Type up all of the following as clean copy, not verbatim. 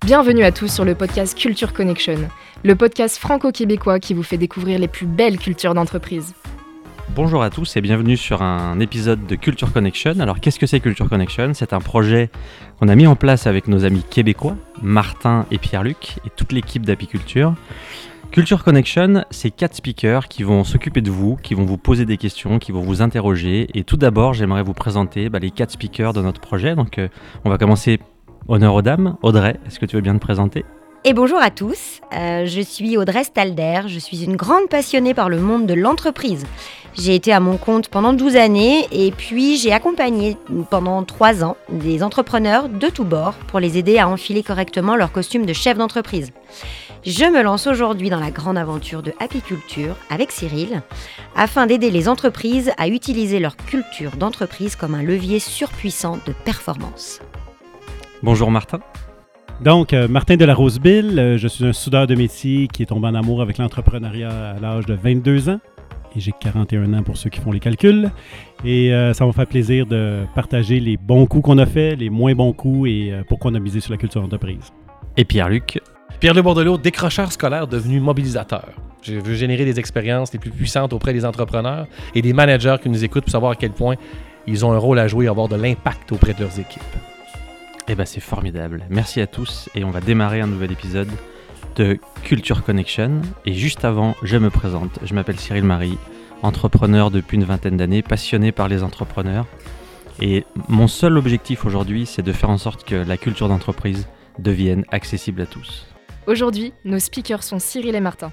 Bienvenue à tous sur le podcast Culture Connection, le podcast franco-québécois qui vous fait découvrir les plus belles cultures d'entreprise. Bonjour à tous et bienvenue sur un épisode de Culture Connection. Alors qu'est-ce que c'est Culture Connection ? C'est un projet qu'on a mis en place avec nos amis québécois, Martin et Pierre-Luc et toute l'équipe d'Apiculture. Culture Connection, c'est 4 speakers qui vont s'occuper de vous, qui vont vous poser des questions, qui vont vous interroger. Et tout d'abord, j'aimerais vous présenter les 4 speakers de notre projet. Donc on va commencer, honneur aux dames. Audrey, est-ce que tu veux bien te présenter ? Et bonjour à tous, je suis Audrey Stalder, je suis une grande passionnée par le monde de l'entreprise. J'ai été à mon compte pendant 12 années et puis j'ai accompagné pendant 3 ans des entrepreneurs de tous bords pour les aider à enfiler correctement leur costume de chef d'entreprise. Je me lance aujourd'hui dans la grande aventure de Apiculture avec Cyril afin d'aider les entreprises à utiliser leur culture d'entreprise comme un levier surpuissant de performance. Bonjour Martin. Donc, Martin de la Roseville, je suis un soudeur de métier qui est tombé en amour avec l'entrepreneuriat à l'âge de 22 ans. Et j'ai 41 ans pour ceux qui font les calculs. Et ça m'a fait plaisir de partager les bons coups qu'on a faits, les moins bons coups et pourquoi on a misé sur la culture d'entreprise. Et Pierre-Luc. Pierre-Luc Bordelot, décrocheur scolaire devenu mobilisateur. Je veux générer des expériences les plus puissantes auprès des entrepreneurs et des managers qui nous écoutent pour savoir à quel point ils ont un rôle à jouer et avoir de l'impact auprès de leurs équipes. Eh bien, c'est formidable. Merci à tous et on va démarrer un nouvel épisode de Culture Connection. Et juste avant, je me présente. Je m'appelle Cyril Marie, entrepreneur depuis une 20aine d'années, passionné par les entrepreneurs. Et mon seul objectif aujourd'hui, c'est de faire en sorte que la culture d'entreprise devienne accessible à tous. Aujourd'hui, nos speakers sont Cyril et Martin.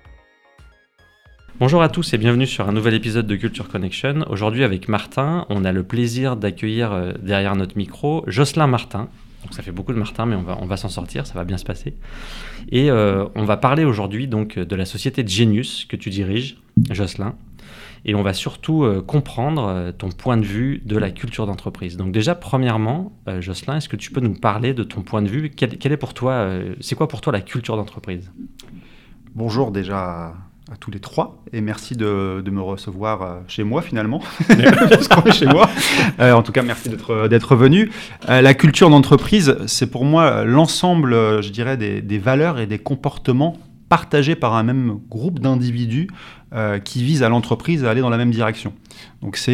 Bonjour à tous et bienvenue sur un nouvel épisode de Culture Connection. Aujourd'hui avec Martin, on a le plaisir d'accueillir derrière notre micro Jocelyn Martin. Donc ça fait beaucoup de Martin, mais on va s'en sortir, ça va bien se passer. Et on va parler aujourd'hui donc de la société Genius que tu diriges, Jocelyn. Et on va surtout comprendre ton point de vue de la culture d'entreprise. Donc déjà, premièrement, Jocelyn, est-ce que tu peux nous parler de ton point de vue ? Quel est pour toi, c'est quoi pour toi la culture d'entreprise ? Bonjour déjà à tous les trois et merci de me recevoir chez moi finalement, parce qu'on est chez moi. En tout cas, merci d'être venu. La culture d'entreprise, c'est pour moi l'ensemble, je dirais, des valeurs et des comportements partagés par un même groupe d'individus qui visent à l'entreprise à aller dans la même direction. Donc c'est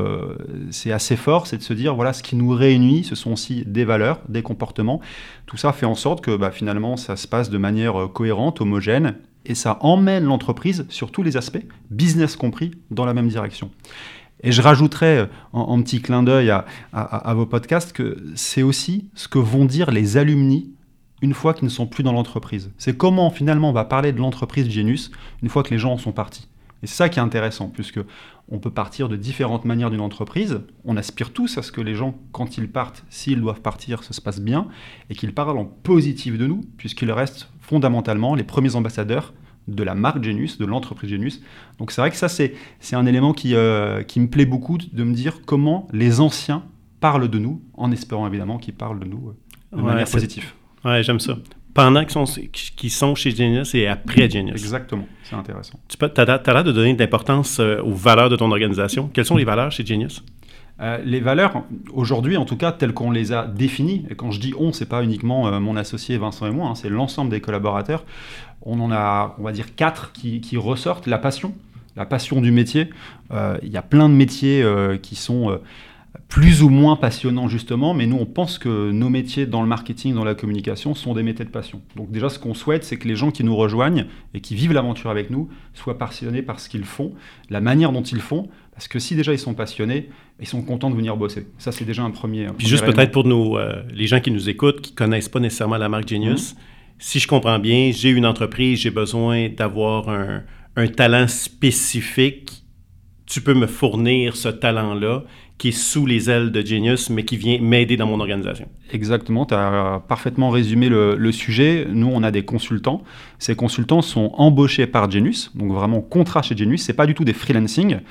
assez fort, c'est de se dire, voilà, ce qui nous réunit, ce sont aussi des valeurs, des comportements. Tout ça fait en sorte que finalement, ça se passe de manière cohérente, homogène, et ça emmène l'entreprise sur tous les aspects, business compris, dans la même direction. Et je rajouterais en petit clin d'œil à vos podcasts que c'est aussi ce que vont dire les alumni une fois qu'ils ne sont plus dans l'entreprise. C'est comment finalement on va parler de l'entreprise Genius une fois que les gens en sont partis. Et c'est ça qui est intéressant, puisque on peut partir de différentes manières d'une entreprise. On aspire tous à ce que les gens, quand ils partent, s'ils doivent partir, ça se passe bien, et qu'ils parlent en positif de nous, puisqu'ils restent fondamentalement les premiers ambassadeurs de la marque Genius, de l'entreprise Genius. Donc c'est vrai que ça, c'est un élément qui me plaît beaucoup, de me dire comment les anciens parlent de nous, en espérant évidemment qu'ils parlent de nous de manière positive. Ouais, j'aime ça. Pendant qu'ils sont chez Genius et après Genius. Exactement, c'est intéressant. Tu as l'air de donner de l'importance aux valeurs de ton organisation. Quelles sont les valeurs chez Genius? Les valeurs, aujourd'hui en tout cas, telles qu'on les a définies, et quand je dis on, c'est pas uniquement mon associé Vincent et moi, c'est l'ensemble des collaborateurs. On en a, on va dire, 4 qui ressortent. La passion du métier. Il y a plein de métiers qui sont plus ou moins passionnants justement, mais nous on pense que nos métiers dans le marketing, dans la communication, sont des métiers de passion. Donc déjà ce qu'on souhaite, c'est que les gens qui nous rejoignent et qui vivent l'aventure avec nous soient passionnés par ce qu'ils font, la manière dont ils font, parce que si déjà ils sont passionnés, ils sont contents de venir bosser. Ça c'est déjà un premier. Puis juste peut-être pour les gens qui nous écoutent, qui ne connaissent pas nécessairement la marque Genius, si je comprends bien, j'ai une entreprise, j'ai besoin d'avoir un talent spécifique, tu peux me fournir ce talent-là qui est sous les ailes de Genius, mais qui vient m'aider dans mon organisation. Exactement, tu as parfaitement résumé le sujet. Nous, on a des consultants. Ces consultants sont embauchés par Genius, donc vraiment contrat chez Genius. Ce n'est pas du tout des freelancing.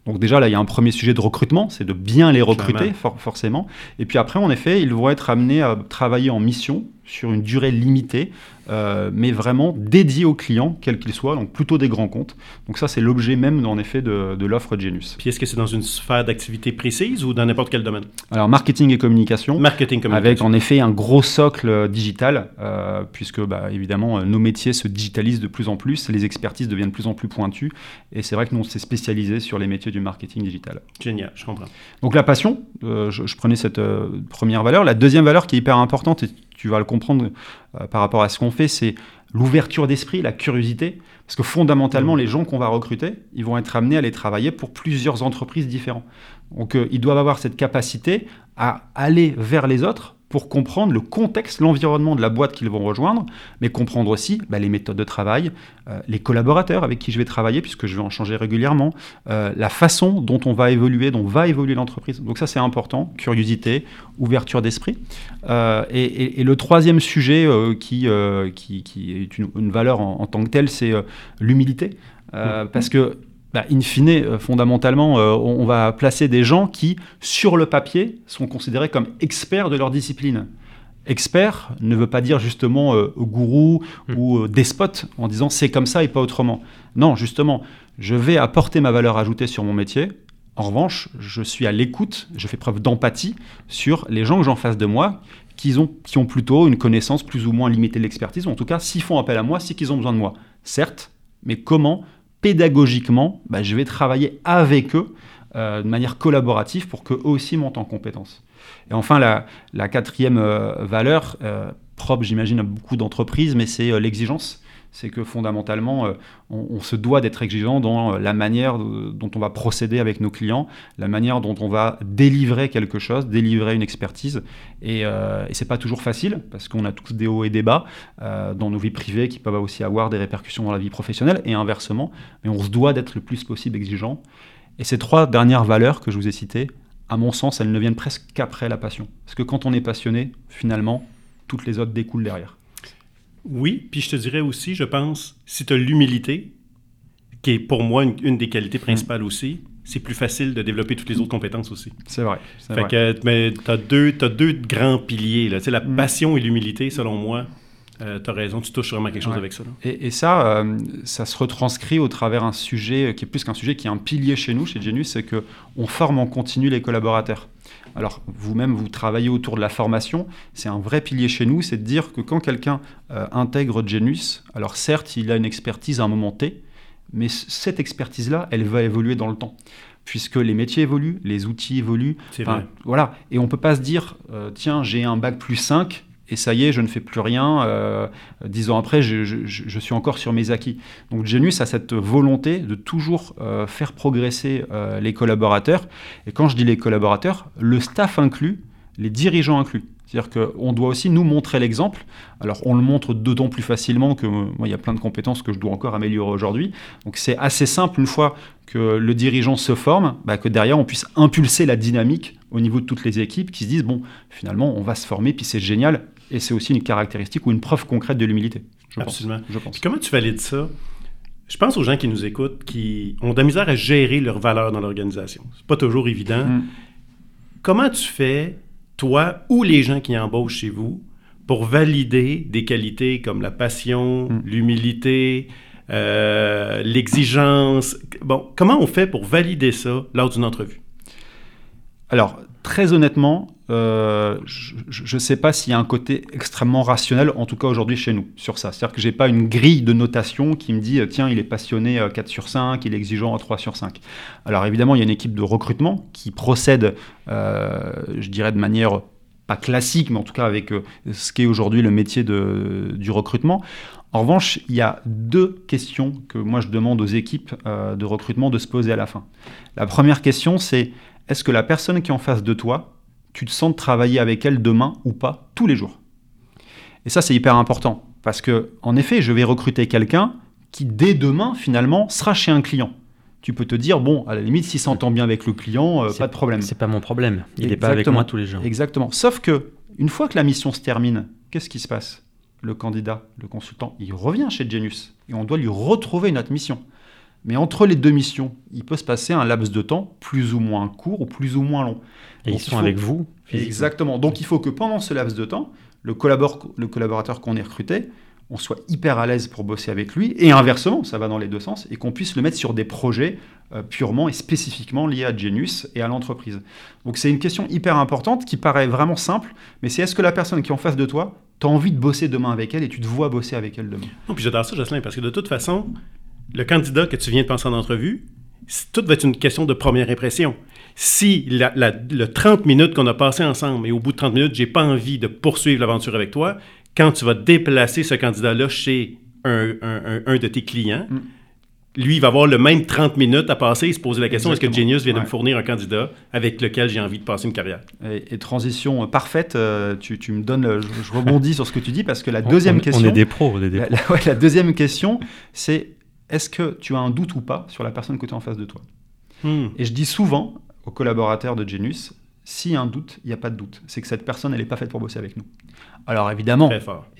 Donc déjà, là, il y a un premier sujet de recrutement, c'est de bien les recruter, forcément. Et puis après, en effet, ils vont être amenés à travailler en mission sur une durée limitée, mais vraiment dédiée aux clients, quels qu'ils soient, donc plutôt des grands comptes. Donc ça, c'est l'objet même, en effet, de l'offre Genius. Puis est-ce que c'est dans une sphère d'activité précise ou dans n'importe quel domaine? Alors, marketing et communication. Avec, en effet, un gros socle digital, puisque, évidemment, nos métiers se digitalisent de plus en plus, les expertises deviennent de plus en plus pointues, et c'est vrai que nous, on s'est spécialisé sur les métiers du marketing digital. Génial, je comprends. Donc la passion, je prenais cette première valeur. La deuxième valeur qui est hyper importante, et tu vas le comprendre par rapport à ce qu'on fait, c'est l'ouverture d'esprit, la curiosité. Parce que fondamentalement, les gens qu'on va recruter, ils vont être amenés à aller travailler pour plusieurs entreprises différentes. Donc ils doivent avoir cette capacité à aller vers les autres pour comprendre le contexte, l'environnement de la boîte qu'ils vont rejoindre, mais comprendre aussi les méthodes de travail, les collaborateurs avec qui je vais travailler, puisque je vais en changer régulièrement, la façon dont on va évoluer, dont va évoluer l'entreprise. Donc ça, c'est important, curiosité, ouverture d'esprit. Et le troisième sujet qui est une valeur en tant que telle, c'est l'humilité. Parce que in fine, fondamentalement, on va placer des gens qui, sur le papier, sont considérés comme experts de leur discipline. Expert ne veut pas dire justement gourou ou despote en disant c'est comme ça et pas autrement. Non, justement, je vais apporter ma valeur ajoutée sur mon métier. En revanche, je suis à l'écoute, je fais preuve d'empathie sur les gens que j'ai en face de moi qui ont plutôt une connaissance plus ou moins limitée de l'expertise. Ou en tout cas, s'ils font appel à moi, c'est qu'ils ont besoin de moi. Certes, mais comment pédagogiquement, je vais travailler avec eux de manière collaborative pour qu'eux aussi montent en compétences. Et enfin, la quatrième valeur, propre, j'imagine, à beaucoup d'entreprises, mais c'est l'exigence. C'est que fondamentalement, on se doit d'être exigeant dans la manière dont on va procéder avec nos clients, la manière dont on va délivrer quelque chose, délivrer une expertise. Et c'est pas toujours facile, parce qu'on a tous des hauts et des bas dans nos vies privées qui peuvent aussi avoir des répercussions dans la vie professionnelle, et inversement. Mais on se doit d'être le plus possible exigeant. Et ces trois dernières valeurs que je vous ai citées, à mon sens, elles ne viennent presque qu'après la passion. Parce que quand on est passionné, finalement, toutes les autres découlent derrière. Oui, puis je te dirais aussi, je pense, si tu as l'humilité, qui est pour moi une des qualités principales aussi, c'est plus facile de développer toutes les autres compétences aussi. C'est vrai. Mais tu as deux grands piliers. Là. La passion et l'humilité, selon moi, tu as raison, tu touches vraiment quelque chose avec ça. Là. Et ça, ça se retranscrit au travers d'un sujet qui est plus qu'un sujet, qui est un pilier chez nous, chez Genius, c'est qu'on forme en continu les collaborateurs. Alors, vous-même, vous travaillez autour de la formation. C'est un vrai pilier chez nous, c'est de dire que quand quelqu'un intègre Genius, alors certes, il a une expertise à un moment T, mais cette expertise-là, elle va évoluer dans le temps. Puisque les métiers évoluent, les outils évoluent. C'est vrai. Voilà. Et on ne peut pas se dire, tiens, j'ai un bac plus 5, et ça y est, je ne fais plus rien. 10 ans après, je suis encore sur mes acquis. Donc Genius a cette volonté de toujours faire progresser les collaborateurs. Et quand je dis les collaborateurs, le staff inclus, les dirigeants inclus. C'est-à-dire qu'on doit aussi nous montrer l'exemple. Alors, on le montre d'autant plus facilement que moi, il y a plein de compétences que je dois encore améliorer aujourd'hui. Donc, c'est assez simple, une fois que le dirigeant se forme, que derrière, on puisse impulser la dynamique au niveau de toutes les équipes qui se disent, bon, finalement, on va se former, puis c'est génial. Et c'est aussi une caractéristique ou une preuve concrète de l'humilité. Absolument. Je pense. Puis comment tu valides ça? Je pense aux gens qui nous écoutent, qui ont de la misère à gérer leurs valeurs dans l'organisation. C'est pas toujours évident. Comment tu fais, toi ou les gens qui embauchent chez vous, pour valider des qualités comme la passion, l'humilité, l'exigence? Bon, comment on fait pour valider ça lors d'une entrevue? Alors, très honnêtement, je ne sais pas s'il y a un côté extrêmement rationnel, en tout cas aujourd'hui chez nous, sur ça. C'est-à-dire que je n'ai pas une grille de notation qui me dit « Tiens, il est passionné 4 sur 5, il est exigeant 3 sur 5 ». Alors évidemment, il y a une équipe de recrutement qui procède, je dirais de manière pas classique, mais en tout cas avec ce qu'est aujourd'hui le métier du recrutement. En revanche, il y a 2 questions que moi je demande aux équipes de recrutement de se poser à la fin. La première question, c'est: est-ce que la personne qui est en face de toi, tu te sens de travailler avec elle demain ou pas, tous les jours? Et ça, c'est hyper important, parce que en effet, je vais recruter quelqu'un qui, dès demain, finalement, sera chez un client. Tu peux te dire, bon, à la limite, s'il s'entend bien avec le client, pas de problème. C'est pas mon problème. Il n'est pas avec moi tous les jours. Exactement. Sauf que, une fois que la mission se termine, qu'est-ce qui se passe? Le candidat, le consultant, il revient chez Genius et on doit lui retrouver une autre mission. Mais entre les deux missions, il peut se passer un laps de temps plus ou moins court ou plus ou moins long. Et Donc, ils sont avec vous physiquement. Exactement. Donc il faut que pendant ce laps de temps, le collaborateur qu'on ait recruté, on soit hyper à l'aise pour bosser avec lui, et inversement, ça va dans les deux sens, et qu'on puisse le mettre sur des projets purement et spécifiquement liés à Genius et à l'entreprise. Donc c'est une question hyper importante qui paraît vraiment simple, mais c'est est-ce que la personne qui est en face de toi, tu as envie de bosser demain avec elle et tu te vois bosser avec elle demain? Non, puis j'adore ça, Jocelyn, parce que de toute façon, le candidat que tu viens de passer en entrevue, tout va être une question de première impression. Si le 30 minutes qu'on a passé ensemble, et au bout de 30 minutes, j'ai pas envie de poursuivre l'aventure avec toi, quand tu vas déplacer ce candidat-là chez un de tes clients, lui, il va avoir le même 30 minutes à passer et se poser la question, est-ce que Genius vient de me fournir un candidat avec lequel j'ai envie de passer une carrière? Et transition parfaite, tu me donnes, je rebondis sur ce que tu dis, parce que la deuxième question... On est des pros. La deuxième question, c'est est-ce que tu as un doute ou pas sur la personne que tu as en face de toi? Et je dis souvent aux collaborateurs de Genius, s'il y a un doute, il n'y a pas de doute. C'est que cette personne, elle n'est pas faite pour bosser avec nous. Alors évidemment,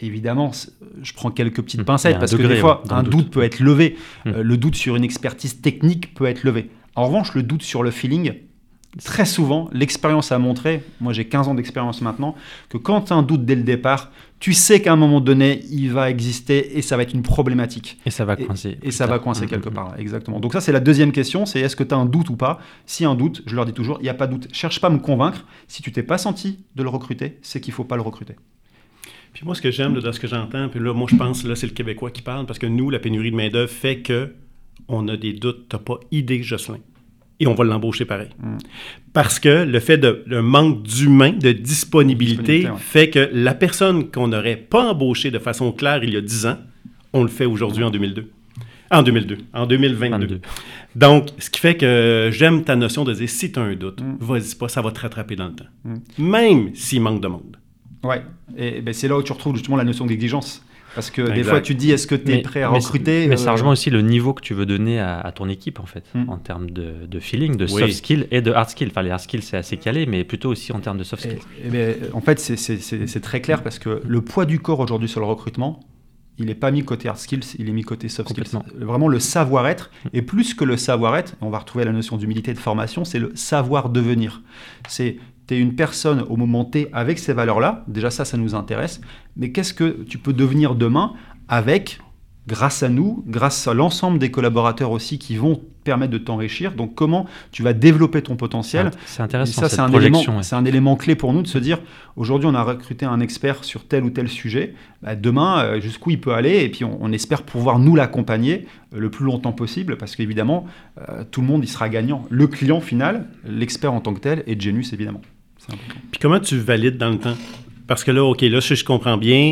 je prends quelques petites pincettes, parce que des fois, un doute peut être levé. Le doute sur une expertise technique peut être levé. En revanche, le doute sur le feeling, très souvent, l'expérience a montré, moi j'ai 15 ans d'expérience maintenant, que quand tu as un doute dès le départ, tu sais qu'à un moment donné, il va exister et ça va être une problématique. Et ça va coincer. Et ça va coincer quelque part, exactement. Donc ça, c'est la deuxième question, c'est est-ce que tu as un doute ou pas? Si un doute, je leur dis toujours, il n'y a pas de doute. Cherche pas à me convaincre. Si tu t'es pas senti de le recruter, c'est qu'il ne faut pas le recruter. Puis moi, ce que j'aime de ce que j'entends, puis là, moi, je pense, là, c'est le Québécois qui parle, parce que nous, la pénurie de main-d'œuvre fait qu'on a des doutes. Tu n'as pas idée, Jocelyn. Et on va l'embaucher pareil. Parce que le fait d'un manque d'humain, de disponibilité, fait que la personne qu'on n'aurait pas embauchée de façon claire il y a 10 ans, on le fait aujourd'hui en 2022. En 2022. Donc, ce qui fait que j'aime ta notion de dire, si tu as un doute, vas-y pas, ça va te rattraper dans le temps. Même s'il manque de monde. Ouais, et ben c'est là où tu retrouves justement la notion d'exigence. Parce que des fois, tu te dis, est-ce que tu es prêt à recruter? Mais ça rejoint aussi le niveau que tu veux donner à ton équipe, en fait, en termes de feeling, de soft skills et de hard skills. Enfin, les hard skills, c'est assez calé, mais plutôt aussi en termes de soft skills. En fait, c'est très clair, parce que le poids du corps aujourd'hui sur le recrutement, il n'est pas mis côté hard skills, il est mis côté soft skills. Vraiment, le savoir-être, et plus que le savoir-être, on va retrouver la notion d'humilité et de formation, c'est le savoir-devenir. Tu es une personne au moment T avec ces valeurs-là, déjà ça nous intéresse, mais qu'est-ce que tu peux devenir demain avec, grâce à nous, grâce à l'ensemble des collaborateurs aussi qui vont permettre de t'enrichir, donc comment tu vas développer ton potentiel. C'est intéressant, ça, cette projection. C'est un élément clé pour nous de se dire, aujourd'hui on a recruté un expert sur tel ou tel sujet, demain jusqu'où il peut aller, et puis on espère pouvoir nous l'accompagner le plus longtemps possible, parce qu'évidemment tout le monde y sera gagnant, le client final, l'expert en tant que tel, et Genius évidemment. Puis comment tu valides dans le temps? Parce que là, OK, là, si je comprends bien,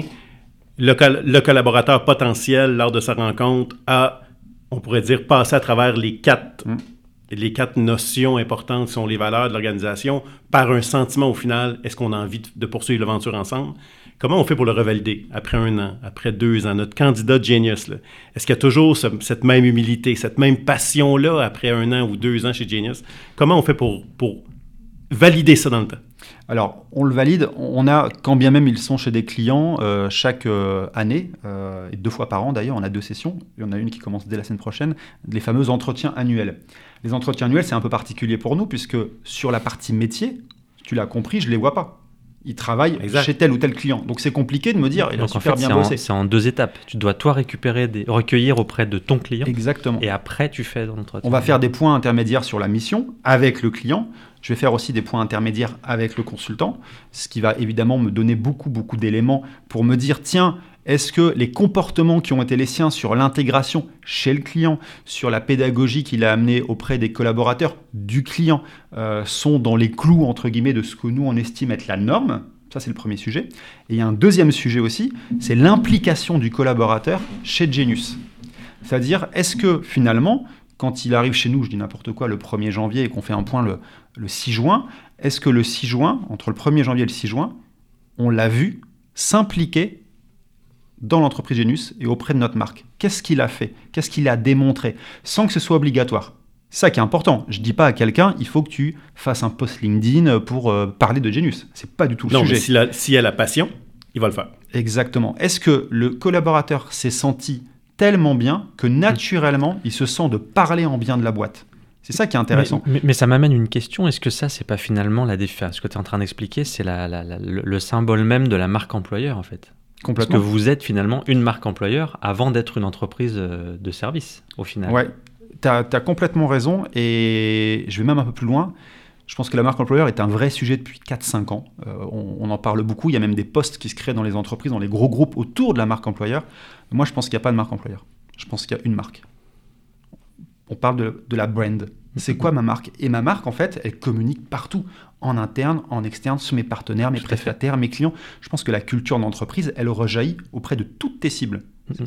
le collaborateur potentiel, lors de sa rencontre, a, on pourrait dire, passé à travers les quatre notions importantes qui sont les valeurs de l'organisation par un sentiment au final, est-ce qu'on a envie de poursuivre l'aventure ensemble? Comment on fait pour le revalider après 1 an, après 2 ans? Notre candidat Genius, là, est-ce qu'il y a toujours cette même humilité, cette même passion-là après 1 an ou 2 ans chez Genius? Comment on fait pour valider ça dans le temps? Alors, on le valide. On a, quand bien même ils sont chez des clients, chaque année, et 2 fois par an d'ailleurs, on a 2 sessions. Il y en a une qui commence dès la semaine prochaine, les fameux entretiens annuels. Les entretiens annuels, c'est un peu particulier pour nous, puisque sur la partie métier, tu l'as compris, je ne les vois pas. Ils travaillent chez tel ou tel client. Donc c'est compliqué de me dire, il a super bien bossé. C'est en 2 étapes. Tu dois toi recueillir auprès de ton client. Exactement. Et après, tu fais l'entretien. On va faire des points intermédiaires sur la mission avec le client. Je vais faire aussi des points intermédiaires avec le consultant, ce qui va évidemment me donner beaucoup d'éléments pour me dire, tiens, est-ce que les comportements qui ont été les siens sur l'intégration chez le client, sur la pédagogie qu'il a amenée auprès des collaborateurs du client, sont dans les clous, entre guillemets, de ce que nous, on estime être la norme? Ça, c'est le premier sujet. Et il y a un deuxième sujet aussi, c'est l'implication du collaborateur chez Genius. C'est-à-dire, est-ce que finalement, quand il arrive chez nous, je dis n'importe quoi, le 1er janvier et qu'on fait un point le 6 juin, est-ce que le 6 juin, entre le 1er janvier et le 6 juin, on l'a vu s'impliquer dans l'entreprise Genius et auprès de notre marque? Qu'est-ce qu'il a fait? Qu'est-ce qu'il a démontré? Sans que ce soit obligatoire. C'est ça qui est important. Je ne dis pas à quelqu'un, il faut que tu fasses un post LinkedIn pour parler de Genius. Ce n'est pas du tout le sujet. Mais s'il a la passion, il va le faire. Exactement. Est-ce que le collaborateur s'est senti tellement bien que naturellement, il se sent de parler en bien de la boîte. C'est ça qui est intéressant. Mais ça m'amène une question. Est-ce que ça, c'est pas finalement la défense? Ce que tu es en train d'expliquer, c'est le symbole même de la marque employeur, en fait. Parce que vous êtes finalement une marque employeur avant d'être une entreprise de service, au final. Ouais, tu as complètement raison. Et je vais même un peu plus loin. Je pense que la marque employeur est un vrai sujet depuis 4-5 ans. On en parle beaucoup. Il y a même des postes qui se créent dans les entreprises, dans les gros groupes autour de la marque employeur. Moi, je pense qu'il n'y a pas de marque employeur. Je pense qu'il y a une marque. On parle de la brand. C'est quoi ma marque? Et ma marque, en fait, elle communique partout, en interne, en externe, sur mes partenaires, mes prestataires, mes clients. Je pense que la culture d'entreprise, elle rejaillit auprès de toutes tes cibles.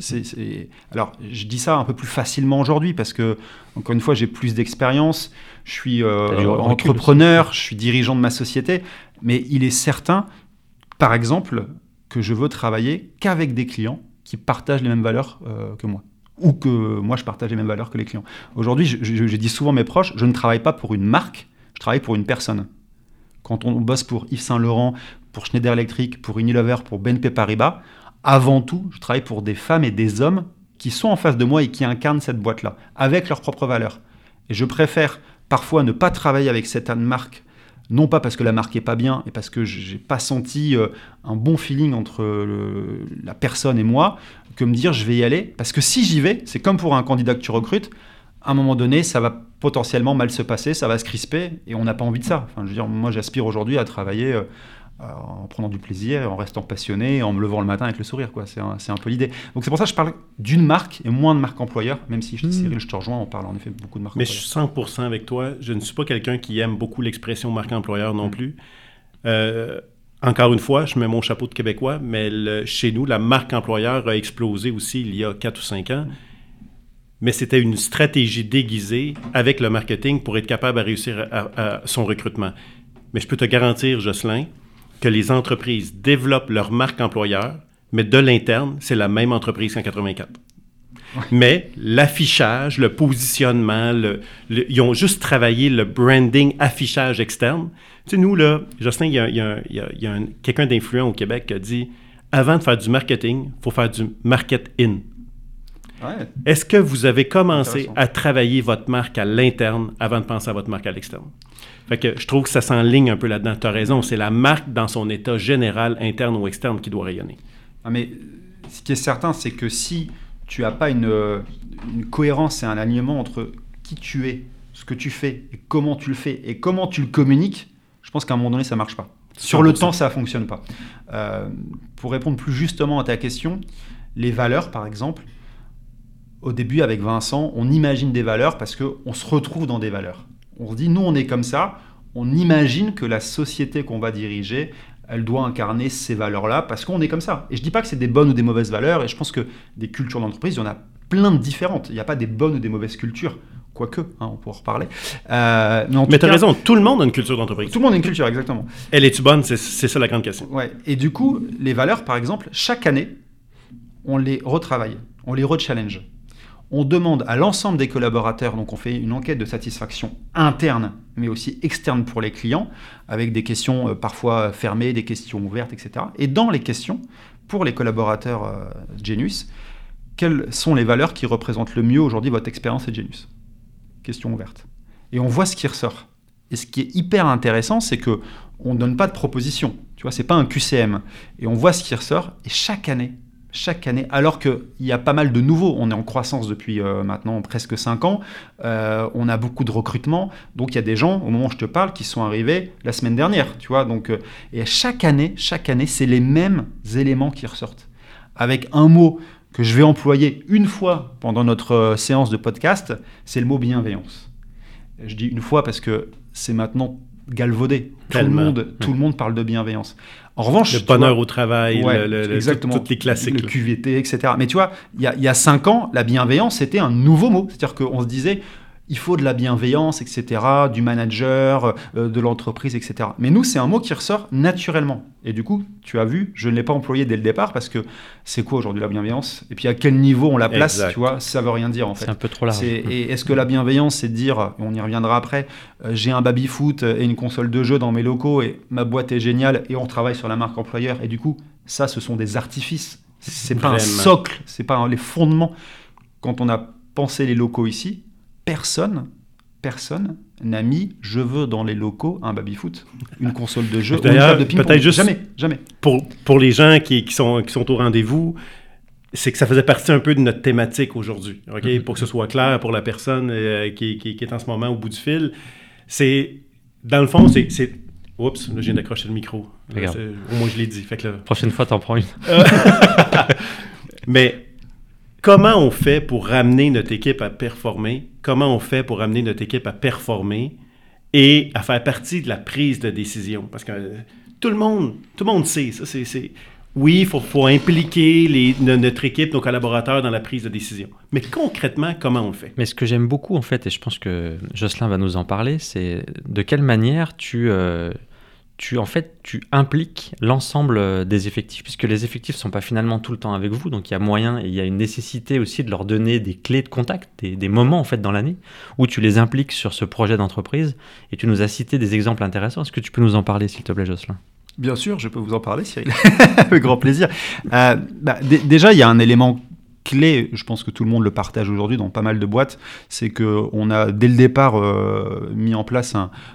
Alors, je dis ça un peu plus facilement aujourd'hui parce que, encore une fois, j'ai plus d'expérience, je suis entrepreneur, je suis dirigeant de ma société, mais il est certain, par exemple, que je veux travailler qu'avec des clients qui partagent les mêmes valeurs que moi. Ou que moi, je partage les mêmes valeurs que les clients. Aujourd'hui, je dis souvent à mes proches, je ne travaille pas pour une marque, je travaille pour une personne. Quand on bosse pour Yves Saint Laurent, pour Schneider Electric, pour Unilever, pour BNP Paribas, avant tout, je travaille pour des femmes et des hommes qui sont en face de moi et qui incarnent cette boîte-là, avec leurs propres valeurs. Et je préfère parfois ne pas travailler avec cette marque, non pas parce que la marque n'est pas bien, et parce que je n'ai pas senti un bon feeling entre la personne et moi, que me dire je vais y aller. Parce que si j'y vais, c'est comme pour un candidat que tu recrutes, à un moment donné, ça va potentiellement mal se passer, ça va se crisper, et on n'a pas envie de ça. Enfin, je veux dire, moi, j'aspire aujourd'hui à travailler en prenant du plaisir, en restant passionné, en me levant le matin avec le sourire, quoi. C'est un peu l'idée. Donc c'est pour ça que je parle d'une marque et moins de marque employeur, même si Cyril, je te rejoins, on parle en effet beaucoup de marque employeur. Mais je suis 100% avec toi. Je ne suis pas quelqu'un qui aime beaucoup l'expression marque employeur non plus. Encore une fois, je mets mon chapeau de Québécois, mais chez nous, la marque employeur a explosé aussi il y a 4 ou 5 ans. Mais c'était une stratégie déguisée avec le marketing pour être capable de réussir à son recrutement. Mais je peux te garantir, Jocelyn, que les entreprises développent leur marque employeur, mais de l'interne, c'est la même entreprise qu'en 84. Ouais. Mais l'affichage, le positionnement, ils ont juste travaillé le branding, affichage externe. Tu sais, nous, là, Jocelyn, il y a quelqu'un d'influent au Québec qui a dit « Avant de faire du marketing, il faut faire du market-in ». Ouais. Est-ce que vous avez commencé à travailler votre marque à l'interne avant de penser à votre marque à l'externe? Fait que je trouve que ça s'enligne un peu là-dedans. Tu as raison, c'est la marque dans son état général, interne ou externe, qui doit rayonner. Ah, mais ce qui est certain, c'est que si tu n'as pas une cohérence et un alignement entre qui tu es, ce que tu fais, et comment tu le fais, et comment tu le communiques, je pense qu'à un moment donné, ça ne marche pas. 100%. Sur le temps, ça ne fonctionne pas. Pour répondre plus justement à ta question, les valeurs, par exemple, au début, avec Vincent, on imagine des valeurs parce qu'on se retrouve dans des valeurs. On se dit, nous, on est comme ça. On imagine que la société qu'on va diriger, elle doit incarner ces valeurs-là parce qu'on est comme ça. Et je ne dis pas que c'est des bonnes ou des mauvaises valeurs. Et je pense que des cultures d'entreprise, il y en a plein de différentes. Il n'y a pas des bonnes ou des mauvaises cultures. Quoique, on pourra en reparler. Mais tu as raison, tout le monde a une culture d'entreprise. Tout le monde a une culture, exactement. Elle est-tu bonne? C'est ça la grande question. Ouais. Et du coup, les valeurs, par exemple, chaque année, on les retravaille, on les rechallenge. On demande à l'ensemble des collaborateurs, donc on fait une enquête de satisfaction interne, mais aussi externe pour les clients, avec des questions parfois fermées, des questions ouvertes, etc. Et dans les questions, pour les collaborateurs Genius, quelles sont les valeurs qui représentent le mieux aujourd'hui votre expérience chez Genius? Question ouverte. Et on voit ce qui ressort. Et ce qui est hyper intéressant, c'est qu'on ne donne pas de proposition. Tu vois, ce n'est pas un QCM. Et on voit ce qui ressort, et chaque année, alors qu'il y a pas mal de nouveaux, on est en croissance depuis maintenant presque 5 ans, on a beaucoup de recrutements, donc il y a des gens, au moment où je te parle, qui sont arrivés la semaine dernière, tu vois, donc, et chaque année, c'est les mêmes éléments qui ressortent, avec un mot que je vais employer une fois pendant notre séance de podcast, c'est le mot bienveillance. Je dis une fois parce que c'est maintenant galvaudé. Tout le monde parle de bienveillance. En revanche, le bonheur au travail, exactement, toutes les classiques. Le QVT, etc. Mais tu vois, il y a 5 ans, la bienveillance, c'était un nouveau mot. C'est-à-dire qu'on se disait, il faut de la bienveillance, etc., du manager, de l'entreprise, etc. Mais nous, c'est un mot qui ressort naturellement. Et du coup, tu as vu, je ne l'ai pas employé dès le départ parce que c'est quoi aujourd'hui la bienveillance? Et puis à quel niveau on la place, exact. Tu vois, ça ne veut rien dire en fait. C'est un peu trop large. Et est-ce que la bienveillance, c'est de dire, on y reviendra après, j'ai un baby-foot et une console de jeu dans mes locaux et ma boîte est géniale et on travaille sur la marque employeur et du coup, ça, ce sont des artifices. C'est pas un socle, c'est pas les fondements. quand on a pensé les locaux ici, personne n'a mis « je veux dans les locaux un baby-foot, une console de jeu ou une table de ping-pong ». Peut-être juste Jamais. Pour les gens qui sont au rendez-vous, c'est que ça faisait partie un peu de notre thématique aujourd'hui, okay? Pour que ce soit clair pour la personne qui est en ce moment au bout du fil. Dans le fond, c'est... Oups, là, je viens d'accrocher le micro. Au moins, je l'ai dit. Fait que là... Prochaine fois, t'en prends une. Mais comment on fait pour ramener notre équipe à performer? Comment on fait pour ramener notre équipe à performer et à faire partie de la prise de décision? Parce que tout le monde sait ça. Oui, il faut impliquer notre équipe, nos collaborateurs dans la prise de décision. Mais concrètement, comment on le fait? Mais ce que j'aime beaucoup, en fait, et je pense que Jocelyn va nous en parler, c'est de quelle manière tu impliques l'ensemble des effectifs, puisque les effectifs ne sont pas finalement tout le temps avec vous, donc il y a moyen et il y a une nécessité aussi de leur donner des clés de contact, des moments en fait dans l'année où tu les impliques sur ce projet d'entreprise, et tu nous as cité des exemples intéressants. Est-ce que tu peux nous en parler, s'il te plaît, Jocelyn? Bien sûr, je peux vous en parler, Cyril, avec grand plaisir. Déjà, il y a un élément clé, je pense que tout le monde le partage aujourd'hui dans pas mal de boîtes, c'est qu'on a dès le départ mis en place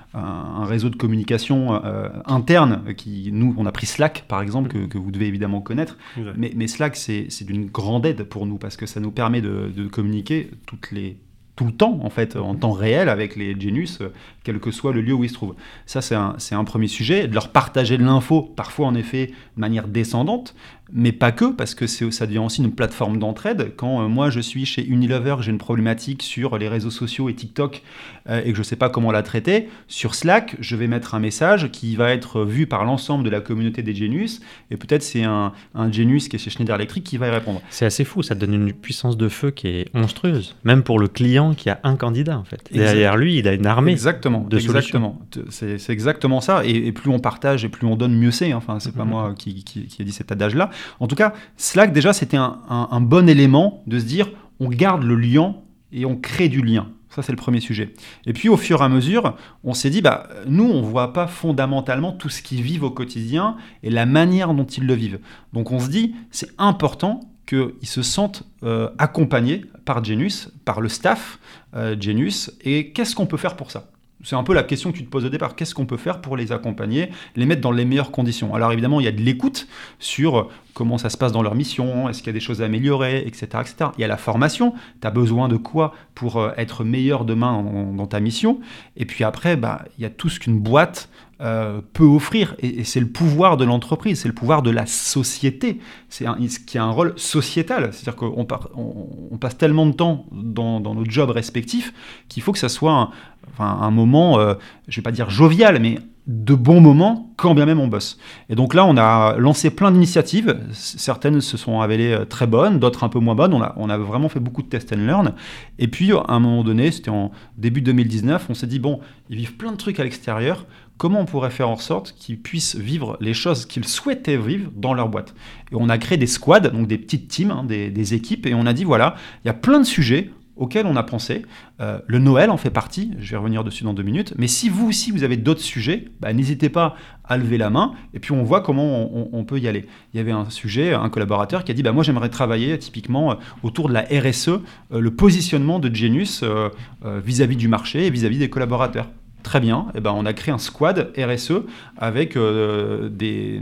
un réseau de communication interne. Nous, on a pris Slack, par exemple, que vous devez évidemment connaître. Mais Slack, c'est d'une grande aide pour nous parce que ça nous permet de communiquer tout le temps, en fait, en temps réel avec les Genius, quel que soit le lieu où ils se trouvent. Ça, c'est un premier sujet. De leur partager de l'info, parfois en effet de manière descendante, mais pas que, parce que ça devient aussi une plateforme d'entraide. Quand moi je suis chez Unilever, j'ai une problématique sur les réseaux sociaux et TikTok et que je ne sais pas comment la traiter, sur Slack, je vais mettre un message qui va être vu par l'ensemble de la communauté des Genius, et peut-être c'est un Genius qui est chez Schneider Electric qui va y répondre. C'est assez fou, ça donne une puissance de feu qui est monstrueuse, même pour le client qui a un candidat en fait. Derrière lui, il a une armée de solutions. C'est exactement ça, et plus on partage et plus on donne, mieux c'est. Enfin, c'est pas moi qui ai dit cet adage-là. En tout cas, Slack, déjà, c'était un bon élément de se dire, on garde le lien et on crée du lien. Ça, c'est le premier sujet. Et puis, au fur et à mesure, on s'est dit, nous, on ne voit pas fondamentalement tout ce qu'ils vivent au quotidien et la manière dont ils le vivent. Donc, on se dit, c'est important qu'ils se sentent accompagnés par Genius, par le staff Genius. Et qu'est-ce qu'on peut faire pour ça ? C'est un peu la question que tu te poses au départ. Qu'est-ce qu'on peut faire pour les accompagner, les mettre dans les meilleures conditions? Alors évidemment, il y a de l'écoute sur comment ça se passe dans leur mission, est-ce qu'il y a des choses à améliorer, etc. etc. Il y a la formation. Tu as besoin de quoi pour être meilleur demain dans ta mission? Et puis après, il y a tout ce qu'une boîte peut offrir. Et c'est le pouvoir de l'entreprise, c'est le pouvoir de la société. Qui a un rôle sociétal. C'est-à-dire qu'on passe tellement de temps dans nos jobs respectifs qu'il faut que ça soit un moment, je ne vais pas dire jovial, mais de bons moments, quand bien même on bosse. Et donc là, on a lancé plein d'initiatives. Certaines se sont révélées très bonnes, d'autres un peu moins bonnes. On a vraiment fait beaucoup de test and learn. Et puis, à un moment donné, c'était en début 2019, on s'est dit, ils vivent plein de trucs à l'extérieur. Comment on pourrait faire en sorte qu'ils puissent vivre les choses qu'ils souhaitaient vivre dans leur boîte? Et on a créé des squads, donc des petites teams, des équipes, et on a dit, voilà, il y a plein de sujets auxquels on a pensé. Le Noël en fait partie, je vais revenir dessus dans 2 minutes, mais si vous aussi vous avez d'autres sujets, n'hésitez pas à lever la main, et puis on voit comment on peut y aller. Il y avait un sujet, un collaborateur qui a dit, moi j'aimerais travailler typiquement autour de la RSE, le positionnement de Genius vis-à-vis du marché et vis-à-vis des collaborateurs. Très bien, on a créé un squad RSE avec des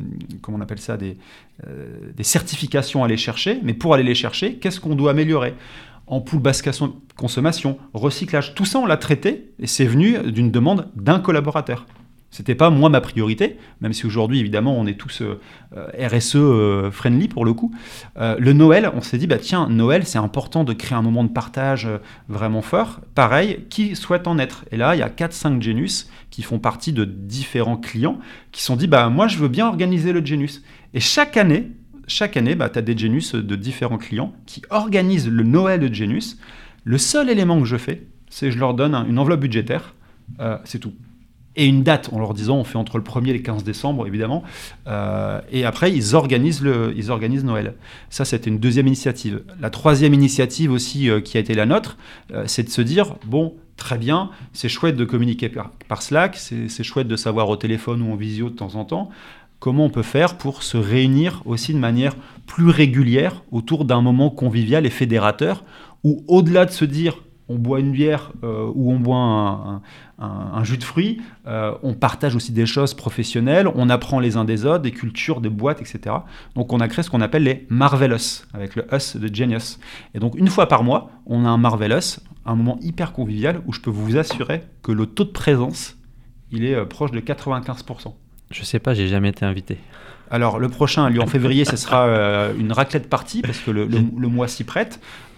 certifications à aller chercher, mais pour aller les chercher, qu'est-ce qu'on doit améliorer? Ampoule basse consommation, recyclage, tout ça on l'a traité et c'est venu d'une demande d'un collaborateur. C'était pas moi ma priorité, même si aujourd'hui évidemment on est tous RSE friendly pour le coup. Le Noël, on s'est dit tiens, Noël c'est important de créer un moment de partage vraiment fort. Pareil, qui souhaite en être? Et là il y a 4-5 Genius qui font partie de différents clients qui se sont dit moi je veux bien organiser le Genius. Et chaque année, tu as des Genius de différents clients qui organisent le Noël de Genius. Le seul élément que je fais, c'est que je leur donne une enveloppe budgétaire, c'est tout. Et une date, en leur disant, on fait entre le 1er et le 15 décembre, évidemment. Et après, ils organisent Noël. Ça, c'était une deuxième initiative. La troisième initiative aussi, qui a été la nôtre, c'est de se dire, très bien, c'est chouette de communiquer par Slack, c'est chouette de savoir au téléphone ou en visio de temps en temps. Comment on peut faire pour se réunir aussi de manière plus régulière autour d'un moment convivial et fédérateur où au-delà de se dire on boit une bière ou on boit un jus de fruits, on partage aussi des choses professionnelles, on apprend les uns des autres, des cultures, des boîtes, etc. Donc on a créé ce qu'on appelle les Marvelous, avec le Us de Genius. Et donc une fois par mois, on a un Marvelous, un moment hyper convivial où je peux vous assurer que le taux de présence, il est proche de 95%. Je sais pas, j'ai jamais été invité. Alors, le prochain, lui, en février, ce sera une raclette party, parce que le mois s'y prête.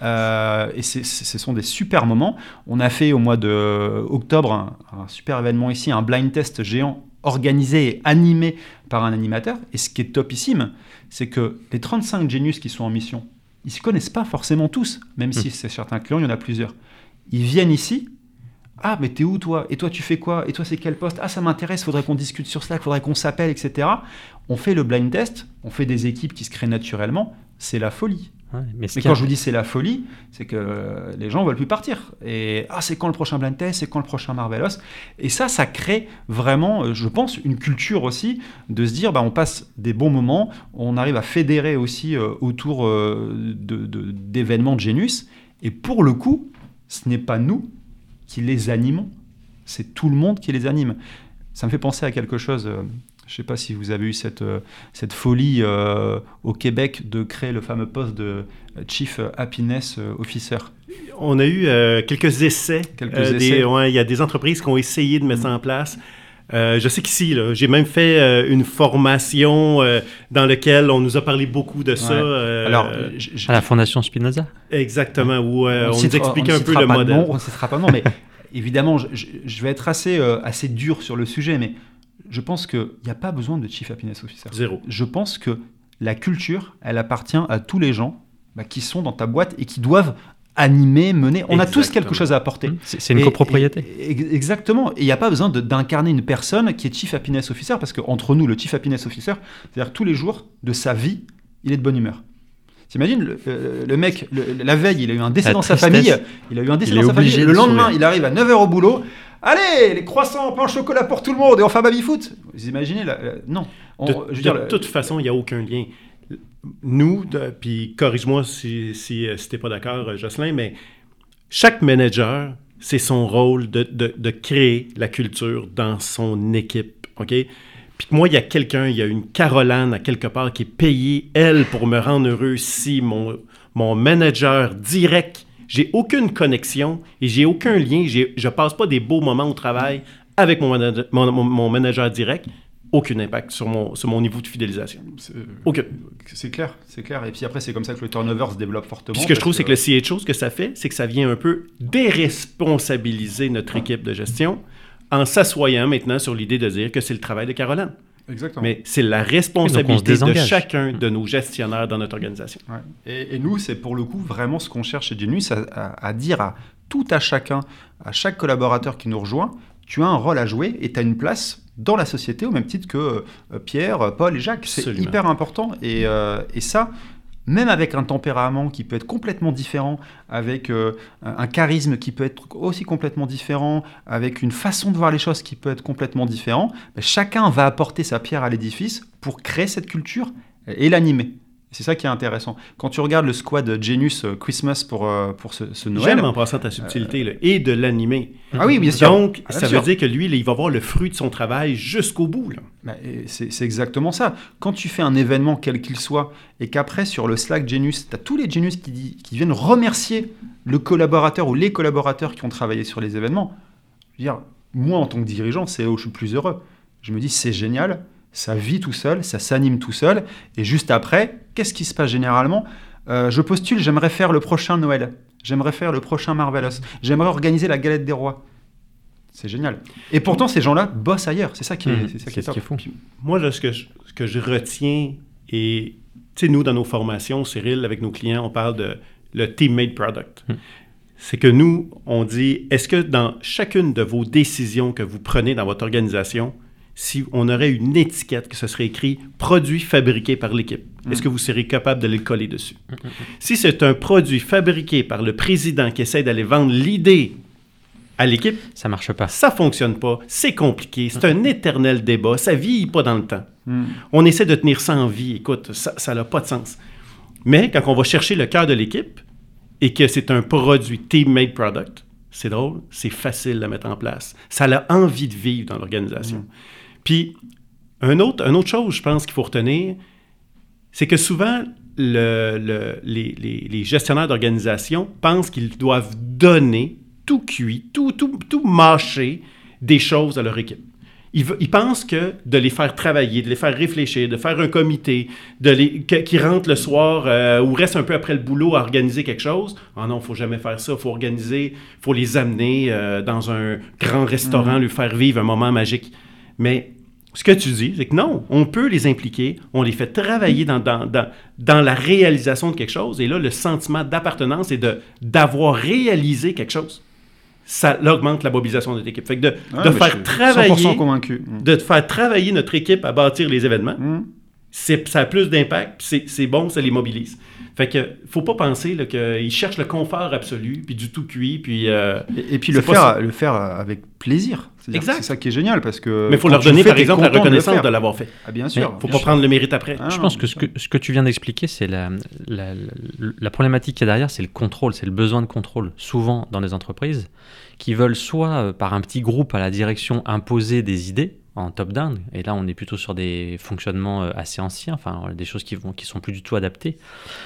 Et ce sont des super moments. On a fait au mois d'octobre un super événement ici, un blind test géant organisé et animé par un animateur. Et ce qui est topissime, c'est que les 35 Genius qui sont en mission, ils ne se connaissent pas forcément tous, même si c'est certains clients, il y en a plusieurs. Ils viennent ici. Ah, mais t'es où toi ? Et toi, tu fais quoi ? Et toi, c'est quel poste ? Ah, ça m'intéresse, faudrait qu'on discute sur Slack, faudrait qu'on s'appelle, etc. On fait le blind test, on fait des équipes qui se créent naturellement, c'est la folie. Ouais, mais quand je vous dis c'est la folie, c'est que les gens ne veulent plus partir. Et c'est quand le prochain blind test ? C'est quand le prochain Marvelous ? Et ça crée vraiment, je pense, une culture aussi de se dire, on passe des bons moments, on arrive à fédérer aussi autour d'événements de Genius. Et pour le coup, ce n'est pas nous qui les animons, c'est tout le monde qui les anime. Ça me fait penser à quelque chose, je ne sais pas si vous avez eu cette folie au Québec de créer le fameux poste de Chief Happiness Officer. On a eu quelques essais. Il y a des entreprises qui ont essayé de mettre ça en place. Je sais qu'ici, j'ai même fait une formation dans laquelle on nous a parlé beaucoup de ça. Alors, à la Fondation Spinoza. Exactement, où on nous explique un peu le modèle. On ne citera pas non, mais évidemment, je vais être assez dur sur le sujet, mais je pense qu'il n'y a pas besoin de Chief Happiness Officer. Zéro. Je pense que la culture, elle appartient à tous les gens qui sont dans ta boîte et qui doivent animer, mener. On a tous quelque chose à apporter. C'est une copropriété. Exactement. Et il n'y a pas besoin d'incarner une personne qui est Chief Happiness Officer, parce qu'entre nous, le Chief Happiness Officer, c'est-à-dire tous les jours de sa vie, il est de bonne humeur. T'imagines, le mec, la veille, il a eu un décès dans sa famille. Le lendemain, il arrive à 9h au boulot. Allez, les croissants, pain au chocolat pour tout le monde et on fait un baby-foot. Vous imaginez non. De toute façon, il n'y a aucun lien. Nous, puis corrige-moi si t'es pas d'accord, Jocelyn, mais chaque manager, c'est son rôle de créer la culture dans son équipe, OK? Puis moi, il y a une Caroline à quelque part qui est payée, elle, pour me rendre heureux. Si mon manager direct, j'ai aucune connexion et j'ai aucun lien, je passe pas des beaux moments au travail avec mon manager direct, aucun impact sur mon niveau de fidélisation. Aucun. C'est clair. Et puis après, c'est comme ça que le turnover se développe fortement. Puis ce que je trouve, c'est que le CHO, ce que ça fait, c'est que ça vient un peu déresponsabiliser notre équipe de gestion en s'assoyant maintenant sur l'idée de dire que c'est le travail de Caroline. Exactement. Mais c'est la responsabilité de chacun de nos gestionnaires dans notre organisation. Ouais. Et nous, c'est pour le coup vraiment ce qu'on cherche chez Genius, à dire à tout à chacun, à chaque collaborateur qui nous rejoint, tu as un rôle à jouer et tu as une place dans la société au même titre que Pierre, Paul et Jacques. C'est Absolument. hyper important. Et ça, même avec un tempérament qui peut être complètement différent, avec un charisme qui peut être aussi complètement différent, avec une façon de voir les choses qui peut être complètement différent, chacun va apporter sa pierre à l'édifice pour créer cette culture et l'animer. C'est ça qui est intéressant. Quand tu regardes le squad Genius Christmas pour ce Noël... J'aime en passant ta subtilité, là, et de l'animer. Ah oui, bien sûr. Donc, ça veut dire que lui, là, il va voir le fruit de son travail jusqu'au bout. Là. C'est exactement ça. Quand tu fais un événement, quel qu'il soit, et qu'après, sur le Slack Genius, tu as tous les Genius qui viennent remercier le collaborateur ou les collaborateurs qui ont travaillé sur les événements, je veux dire, moi, en tant que dirigeant, c'est là où je suis le plus heureux. Je me dis, c'est génial, ça vit tout seul, ça s'anime tout seul, et juste après, qu'est-ce qui se passe généralement ? Je postule, j'aimerais faire le prochain Noël, j'aimerais faire le prochain Marvelous, j'aimerais organiser la galette des rois. C'est génial. Et pourtant, ces gens-là bossent ailleurs, c'est ça qui est fou. Moi, là, ce que je retiens, et tu sais, nous, dans nos formations, Cyril, avec nos clients, on parle de le team-made product. C'est que nous, on dit, est-ce que dans chacune de vos décisions que vous prenez dans votre organisation, si on aurait une étiquette que ce serait écrit « produit fabriqué par l'équipe », est-ce que vous serez capable de le coller dessus? Si c'est un produit fabriqué par le président qui essaie d'aller vendre l'idée à l'équipe, ça marche pas. Ça fonctionne pas, c'est compliqué, c'est un éternel débat, ça vieillit pas dans le temps. On essaie de tenir ça en vie, écoute, ça n'a pas de sens. Mais quand on va chercher le cœur de l'équipe, et que c'est un produit team-made product, c'est drôle, c'est facile à mettre en place. Ça a envie de vivre dans l'organisation. Puis, une autre chose, je pense qu'il faut retenir, c'est que souvent, les gestionnaires d'organisation pensent qu'ils doivent donner tout cuit, tout mâcher des choses à leur équipe. Ils pensent que de les faire travailler, de les faire réfléchir, de faire un comité, qu'ils rentrent le soir ou restent un peu après le boulot à organiser quelque chose. Ah non, il ne faut jamais faire ça. Il faut organiser, il faut les amener dans un grand restaurant, lui faire vivre un moment magique. Mais ce que tu dis, c'est que non, on peut les impliquer, on les fait travailler dans la réalisation de quelque chose. Et là, le sentiment d'appartenance et d'avoir réalisé quelque chose. Ça augmente la mobilisation de notre équipe. Fait que de faire travailler... 100% convaincu. De faire travailler notre équipe à bâtir les événements, ça a plus d'impact, puis c'est bon, ça les mobilise. Fait que faut pas penser là, qu'ils cherchent le confort absolu, puis du tout cuit, puis... et puis le faire avec plaisir. Exact. C'est ça qui est génial, parce que... Mais il faut leur donner, par exemple, la reconnaissance de l'avoir fait. Ah, bien sûr. Faut pas prendre le mérite après. Je pense que ce que tu viens d'expliquer, c'est la problématique qui est derrière, c'est le contrôle, c'est le besoin de contrôle. Souvent, dans les entreprises, qui veulent soit par un petit groupe à la direction imposer des idées, en top-down, et là on est plutôt sur des fonctionnements assez anciens, enfin des choses qui sont plus du tout adaptées,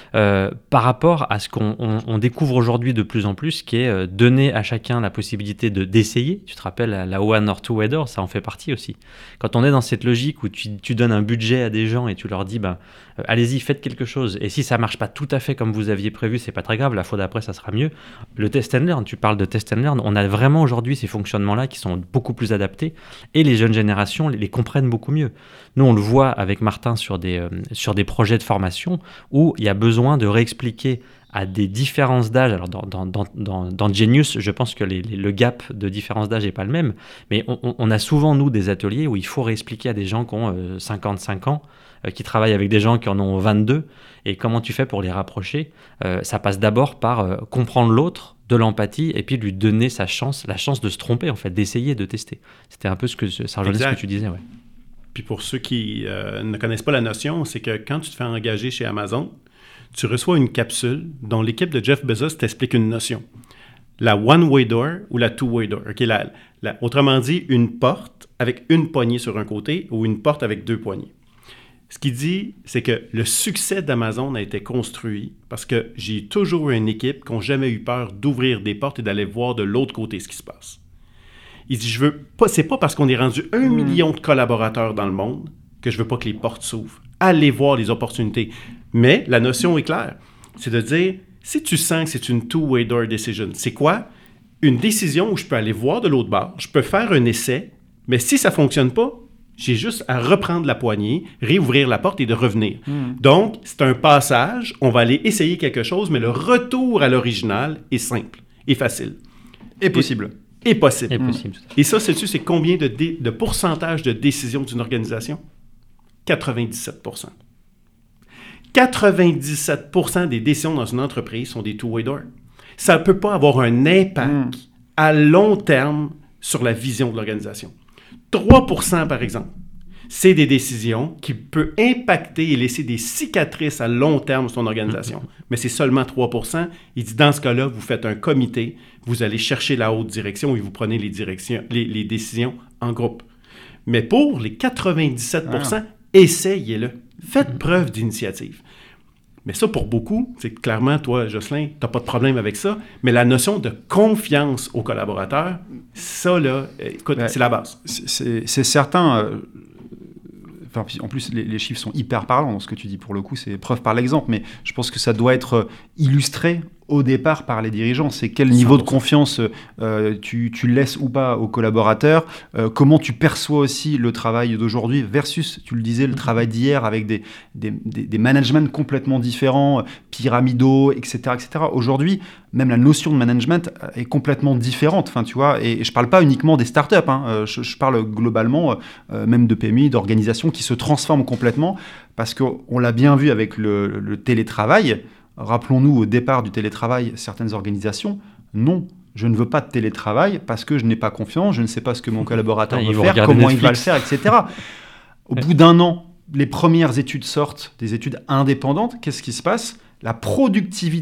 par rapport à ce qu'on découvre aujourd'hui de plus en plus, qui est donner à chacun la possibilité d'essayer. Tu te rappelles la one or two way door, ça en fait partie aussi. Quand on est dans cette logique où tu donnes un budget à des gens et tu leur dis allez-y, faites quelque chose, et si ça marche pas tout à fait comme vous aviez prévu, c'est pas très grave, la fois d'après ça sera mieux. Le test and learn, tu parles de test and learn, on a vraiment aujourd'hui ces fonctionnements-là qui sont beaucoup plus adaptés, et les jeunes générations les comprennent beaucoup mieux. Nous, on le voit avec Martin sur des projets de formation où il y a besoin de réexpliquer à des différences d'âge. Alors, dans Genius, je pense que le gap de différence d'âge n'est pas le même, mais on a souvent, nous, des ateliers où il faut réexpliquer à des gens qui ont 55 ans, qui travaillent avec des gens qui en ont 22, et comment tu fais pour les rapprocher. Ça passe d'abord par comprendre l'autre, de l'empathie, et puis lui donner la chance de se tromper, en fait, d'essayer, de tester. C'était un peu ça rejoignait ce que tu disais, ouais. Puis pour ceux qui ne connaissent pas la notion, c'est que quand tu te fais engager chez Amazon, tu reçois une capsule dont l'équipe de Jeff Bezos t'explique une notion. La one-way door ou la two-way door. Okay, autrement dit, une porte avec une poignée sur un côté ou une porte avec deux poignées. Ce qu'il dit, c'est que le succès d'Amazon a été construit parce que j'ai toujours eu une équipe qui n'a jamais eu peur d'ouvrir des portes et d'aller voir de l'autre côté ce qui se passe. Il dit, c'est pas parce qu'on est rendu 1 million de collaborateurs dans le monde que je veux pas que les portes s'ouvrent. Allez voir les opportunités. Mais la notion est claire. C'est de dire, si tu sens que c'est une two-way door decision, c'est quoi? Une décision où je peux aller voir de l'autre bord, je peux faire un essai, mais si ça fonctionne pas, j'ai juste à reprendre la poignée, réouvrir la porte et de revenir. Donc, c'est un passage. On va aller essayer quelque chose, mais le retour à l'original est simple et facile. Et possible. Et possible. Et possible. Et ça, sais-tu, c'est combien de pourcentage de décision d'une organisation? 97%. 97% des décisions dans une entreprise sont des two-way doors. Ça ne peut pas avoir un impact à long terme sur la vision de l'organisation. 3%, par exemple, c'est des décisions qui peuvent impacter et laisser des cicatrices à long terme sur ton organisation. Mais c'est seulement 3%. Il dit, dans ce cas-là, vous faites un comité, vous allez chercher la haute direction et vous prenez les décisions en groupe. Mais pour les 97%, essayez-le. Faites preuve d'initiative. Mais ça, pour beaucoup, c'est clairement, toi, Jocelyn, tu n'as pas de problème avec ça, mais la notion de confiance aux collaborateurs, ça, là, écoute, c'est la base. C'est certain. En plus, les chiffres sont hyper parlants dans ce que tu dis. Pour le coup, c'est preuve par l'exemple, mais je pense que ça doit être illustré au départ par les dirigeants. C'est quel niveau 100%. De confiance tu laisses ou pas aux collaborateurs, comment tu perçois aussi le travail d'aujourd'hui versus, tu le disais, le travail d'hier avec des managements complètement différents, pyramidaux, etc. etc. Aujourd'hui, même la notion de management est complètement différente. Enfin, tu vois, et je ne parle pas uniquement des startups, hein, je parle globalement même de PMI, d'organisations qui se transforment complètement parce qu'on l'a bien vu avec le télétravail. Rappelons-nous, au départ du télétravail, certaines organisations, non, je ne veux pas de télétravail parce que je n'ai pas confiance, je ne sais pas ce que mon collaborateur veut faire, comment Netflix. Il va le faire, etc. Au bout d'un an, les premières études sortent, des études indépendantes. Qu'est-ce qui se passe? La productivité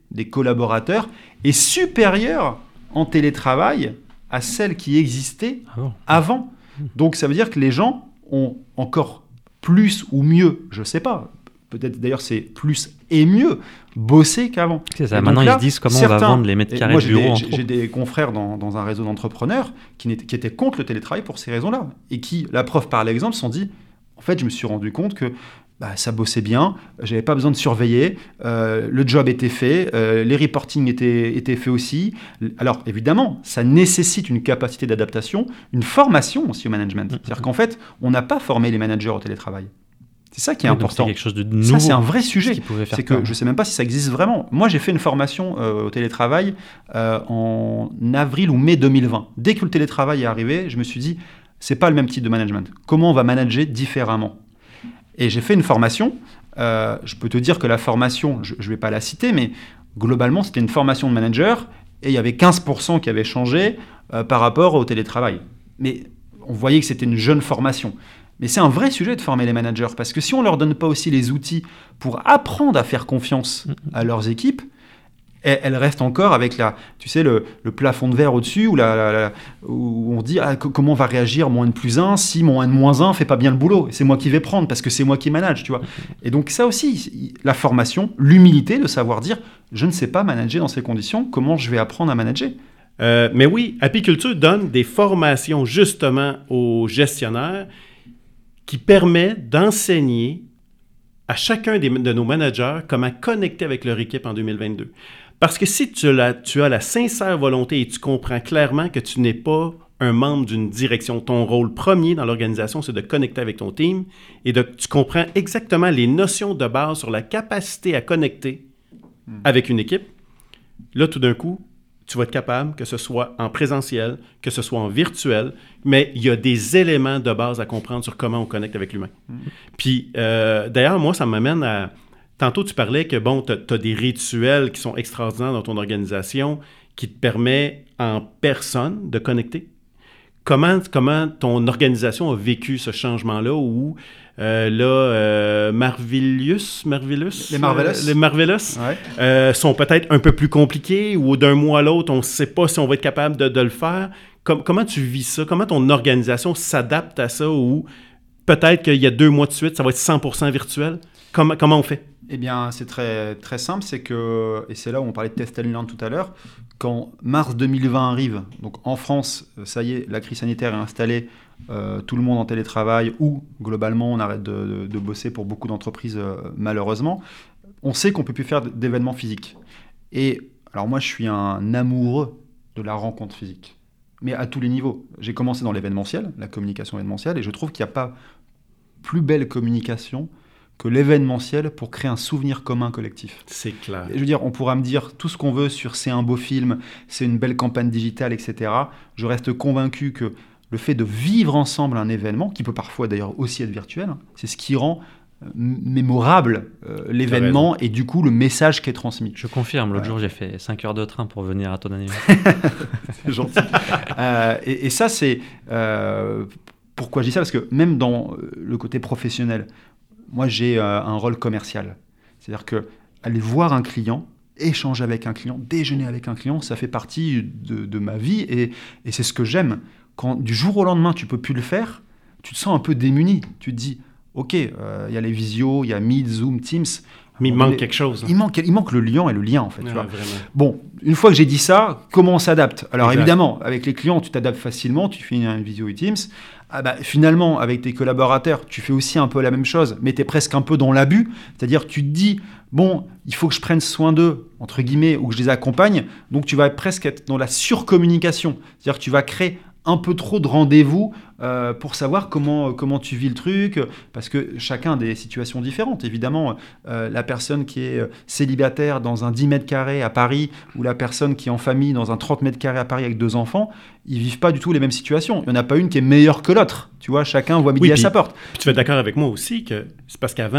des collaborateurs est supérieure en télétravail à celle qui existait avant. Donc ça veut dire que les gens ont encore plus ou mieux, je ne sais pas, peut-être d'ailleurs c'est plus et mieux, bossé qu'avant. C'est ça, maintenant ils se disent comment on va vendre les mètres carrés de bureau. J'ai des confrères dans un réseau d'entrepreneurs qui étaient contre le télétravail pour ces raisons-là. Et qui, la preuve par l'exemple, se sont dit, en fait je me suis rendu compte que ça bossait bien, j'avais pas besoin de surveiller, le job était fait, les reportings étaient faits aussi. Alors évidemment, ça nécessite une capacité d'adaptation, une formation aussi au management. C'est-à-dire qu'en fait, on n'a pas formé les managers au télétravail. C'est ça qui est important. C'est quelque chose de nouveau. Ça, c'est un vrai sujet. C'est que je ne sais même pas si ça existe vraiment. Moi, j'ai fait une formation au télétravail en avril ou mai 2020. Dès que le télétravail est arrivé, je me suis dit, c'est pas le même type de management. Comment on va manager différemment ? Et j'ai fait une formation. Je peux te dire que la formation, je ne vais pas la citer, mais globalement, c'était une formation de manager et il y avait 15% qui avaient changé par rapport au télétravail. Mais on voyait que c'était une jeune formation. Mais c'est un vrai sujet de former les managers parce que si on ne leur donne pas aussi les outils pour apprendre à faire confiance à leurs équipes, elles restent encore avec le plafond de verre au-dessus où on dit comment on va réagir mon N+1 si mon N-1 ne fait pas bien le boulot. C'est moi qui vais prendre parce que c'est moi qui manage. Tu vois. Et donc ça aussi, la formation, l'humilité de savoir dire je ne sais pas manager dans ces conditions, comment je vais apprendre à manager ? Mais oui, Apiculture donne des formations justement aux gestionnaires qui permet d'enseigner à chacun de nos managers comment connecter avec leur équipe en 2022. Parce que si tu as la sincère volonté et tu comprends clairement que tu n'es pas un membre d'une direction, ton rôle premier dans l'organisation, c'est de connecter avec ton team et tu comprends exactement les notions de base sur la capacité à connecter avec une équipe, là, tout d'un coup, tu vas être capable, que ce soit en présentiel, que ce soit en virtuel, mais il y a des éléments de base à comprendre sur comment on connecte avec l'humain. Puis, d'ailleurs, moi, ça m'amène à... Tantôt, tu parlais que, bon, tu as des rituels qui sont extraordinaires dans ton organisation qui te permettent en personne de connecter. Comment ton organisation a vécu ce changement-là où les Marvelous sont peut-être un peu plus compliqués ou d'un mois à l'autre, on ne sait pas si on va être capable de le faire. Comment tu vis ça? Comment ton organisation s'adapte à ça ou peut-être qu'il y a 2 mois de suite, ça va être 100% virtuel? Comment on fait? Eh bien, c'est très, très simple, et c'est là où on parlait de test and learn tout à l'heure, quand mars 2020 arrive, donc en France, ça y est, la crise sanitaire est installée, tout le monde en télétravail, ou globalement on arrête de bosser pour beaucoup d'entreprises malheureusement, on sait qu'on ne peut plus faire d'événements physiques. Et alors moi je suis un amoureux de la rencontre physique, mais à tous les niveaux. J'ai commencé dans l'événementiel, la communication événementielle, et je trouve qu'il n'y a pas plus belle communication que l'événementiel pour créer un souvenir commun collectif. C'est clair. Je veux dire, on pourra me dire tout ce qu'on veut sur c'est un beau film, c'est une belle campagne digitale, etc. Je reste convaincu que le fait de vivre ensemble un événement, qui peut parfois d'ailleurs aussi être virtuel, c'est ce qui rend mémorable l'événement et du coup le message qui est transmis. Je confirme, l'autre jour j'ai fait 5 heures de train pour venir à ton anniversaire. C'est gentil. Et ça c'est... pourquoi je dis ça ? Parce que même dans le côté professionnel, moi, j'ai un rôle commercial. C'est-à-dire que aller voir un client, échanger avec un client, déjeuner avec un client, ça fait partie de ma vie et c'est ce que j'aime. Quand du jour au lendemain, tu ne peux plus le faire, tu te sens un peu démuni. Tu te dis, OK, il y a les visios, il y a Meet, Zoom, Teams. Mais il manque quelque chose. Il manque le lien et le lien, en fait. Ouais, tu vois. vraiment. Bon, une fois que j'ai dit ça, comment on s'adapte ? Alors Exact. évidemment, avec les clients, tu t'adaptes facilement, tu fais une visio et Teams. Finalement, avec tes collaborateurs, tu fais aussi un peu la même chose, mais tu es presque un peu dans l'abus. C'est-à-dire, tu te dis, bon, il faut que je prenne soin d'eux, entre guillemets, ou que je les accompagne. Donc, tu vas presque être dans la surcommunication. C'est-à-dire que tu vas créer un peu trop de rendez-vous pour savoir comment tu vis le truc, parce que chacun a des situations différentes. Évidemment, la personne qui est célibataire dans un 10 mètres carrés à Paris, ou la personne qui est en famille dans un 30 mètres carrés à Paris avec 2 enfants, ils vivent pas du tout les mêmes situations. Il n'y en a pas une qui est meilleure que l'autre. Tu vois, chacun voit midi à sa porte. Puis tu vas être d'accord avec moi aussi que c'est parce qu'avant,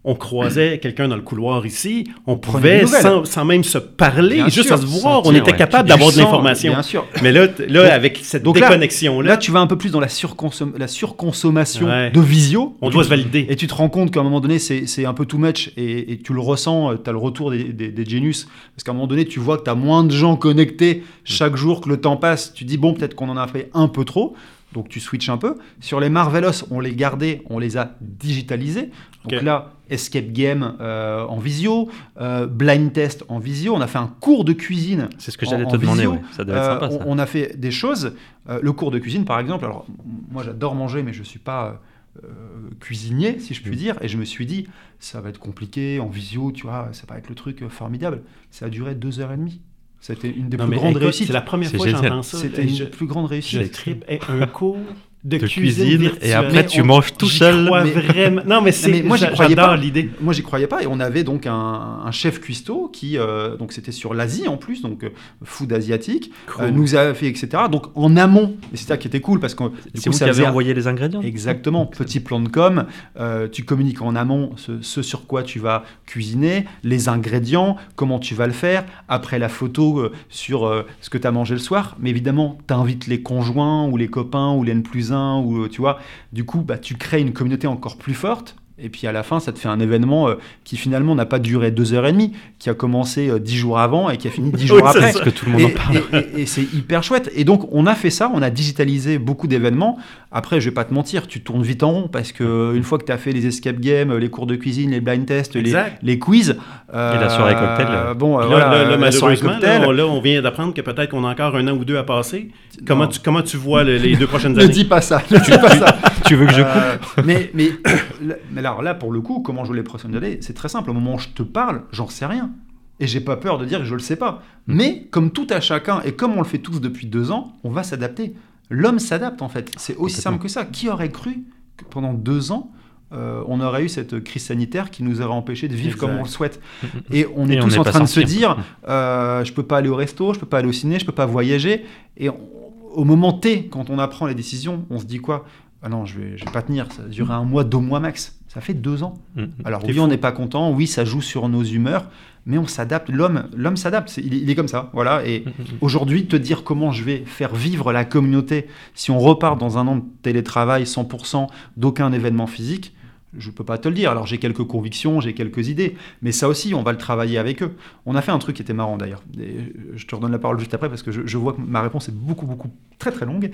on croisait quelqu'un dans le couloir ici, on prenait des pouvait, nouvelles. sans même se parler, Bien juste sûr, à se voir, on sentir, était ouais. capable Du d'avoir de sang, l'information. Bien sûr. Mais là, avec cette donc là- déconnexion-là, Là, tu vas un peu plus dans la surconsommation Ouais. de visio. on doit se valider. Et tu te rends compte qu'à un moment donné, c'est un peu too much et tu le ressens, tu as le retour des Genius. Parce qu'à un moment donné, tu vois que tu as moins de gens connectés chaque jour que le temps passe. Tu dis, bon, peut-être qu'on en a fait un peu trop. Donc tu switches un peu. Sur les Marvelous, on les gardait, on les a digitalisés. Donc Ok. là, Escape Game en visio, Blind Test en visio. On a fait un cours de cuisine. C'est ce que en- j'allais en te demander, visio. ouais. Ça doit être sympa, ça. On a fait des choses. Le cours de cuisine, par exemple. Alors, moi, j'adore manger, mais je ne suis pas cuisinier, si je puis dire. Et je me suis dit, ça va être compliqué en visio, tu vois, ça va être le truc formidable. Ça a duré 2h30. C'était une des Non, plus mais grandes écoute, réussites. C'est la première C'est fois que génial. j'entends ça. C'était Je- une plus grande Je réussite. tripe un cours de cuisine, virtuelle. et après Mais tu on- manges tout J'y seul. crois mais- vraiment. Non, mais c'est. moi, j'y croyais j'adore pas. l'idée. Moi, j'y croyais pas. Et on avait donc un chef cuistot qui, donc c'était sur l'Asie en plus, donc food asiatique, Cool. nous a fait, etc. Donc en amont, et c'est ça qui était cool parce que du C'est coup, vous ça qui avez faisait envoyé les ingrédients. Exactement, petit plan de com, tu communiques en amont ce sur quoi tu vas cuisiner, les ingrédients, comment tu vas le faire, après la photo sur ce que tu as mangé le soir, mais évidemment, tu invites les conjoints ou les copains ou les N+1, ou tu vois, du coup, bah, tu crées une communauté encore plus forte. Et puis à la fin, ça te fait un événement qui finalement n'a pas duré 2h30, qui a commencé 10 jours avant et qui a fini 10 jours Oui, c'est après. ça. Parce que tout le monde en parle. Et c'est hyper chouette. Et donc, on a fait ça, on a digitalisé beaucoup d'événements. Après, je vais pas te mentir, tu tournes vite en rond parce que une fois que tu as fait les escape games, les cours de cuisine, les blind tests, Exact. les quiz. la soirée cocktail, Bon, Puis voilà, là, la soirée malheureusement, cocktail. là, on vient d'apprendre que peut-être qu'on a encore 1 an ou 2 à passer. Non. Comment tu vois les 2 prochaines Ne années? dis pas ça, ne dis pas ça. Tu veux que je coupe Mais alors là, pour le coup, comment jouer les prochaines années, c'est très simple. Au moment où je te parle, j'en sais rien. Et j'ai pas peur de dire que je le sais pas. Mais comme tout à chacun, et comme on le fait tous depuis 2 ans, on va s'adapter. L'homme s'adapte en fait. C'est aussi Complètement. simple que ça. Qui aurait cru que pendant 2 ans, on aurait eu cette crise sanitaire qui nous aurait empêché de vivre Exact. comme on le souhaite. Et on est Et on tous n'est en pas train de se sorti. dire, je peux pas aller au resto, je peux pas aller au ciné, je peux pas voyager. Et au moment T, quand on apprend les décisions, on se dit quoi? Ah non, je vais pas tenir, ça va durer 1 mois, 2 mois max. Ça fait 2 ans. Alors C'est oui, fou. on n'est pas content, oui, ça joue sur nos humeurs, mais on s'adapte. L'homme s'adapte, il est comme ça, voilà. Et aujourd'hui, te dire comment je vais faire vivre la communauté si on repart dans un an de télétravail 100%, d'aucun événement physique, je peux pas te le dire. Alors j'ai quelques convictions, j'ai quelques idées, mais ça aussi, on va le travailler avec eux. On a fait un truc qui était marrant d'ailleurs. Et je te redonne la parole juste après parce que je vois que ma réponse est beaucoup, très très longue.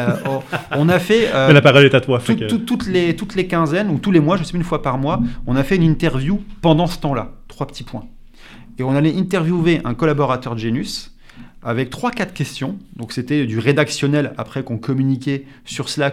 On a fait... Mais la parole est à toi. Toutes les quinzaines ou tous les mois, je sais une fois par mois, on a fait une interview pendant ce temps-là. 3 petits points. Et on allait interviewer un collaborateur de Genius avec 3-4 questions. Donc c'était du rédactionnel après qu'on communiquait sur Slack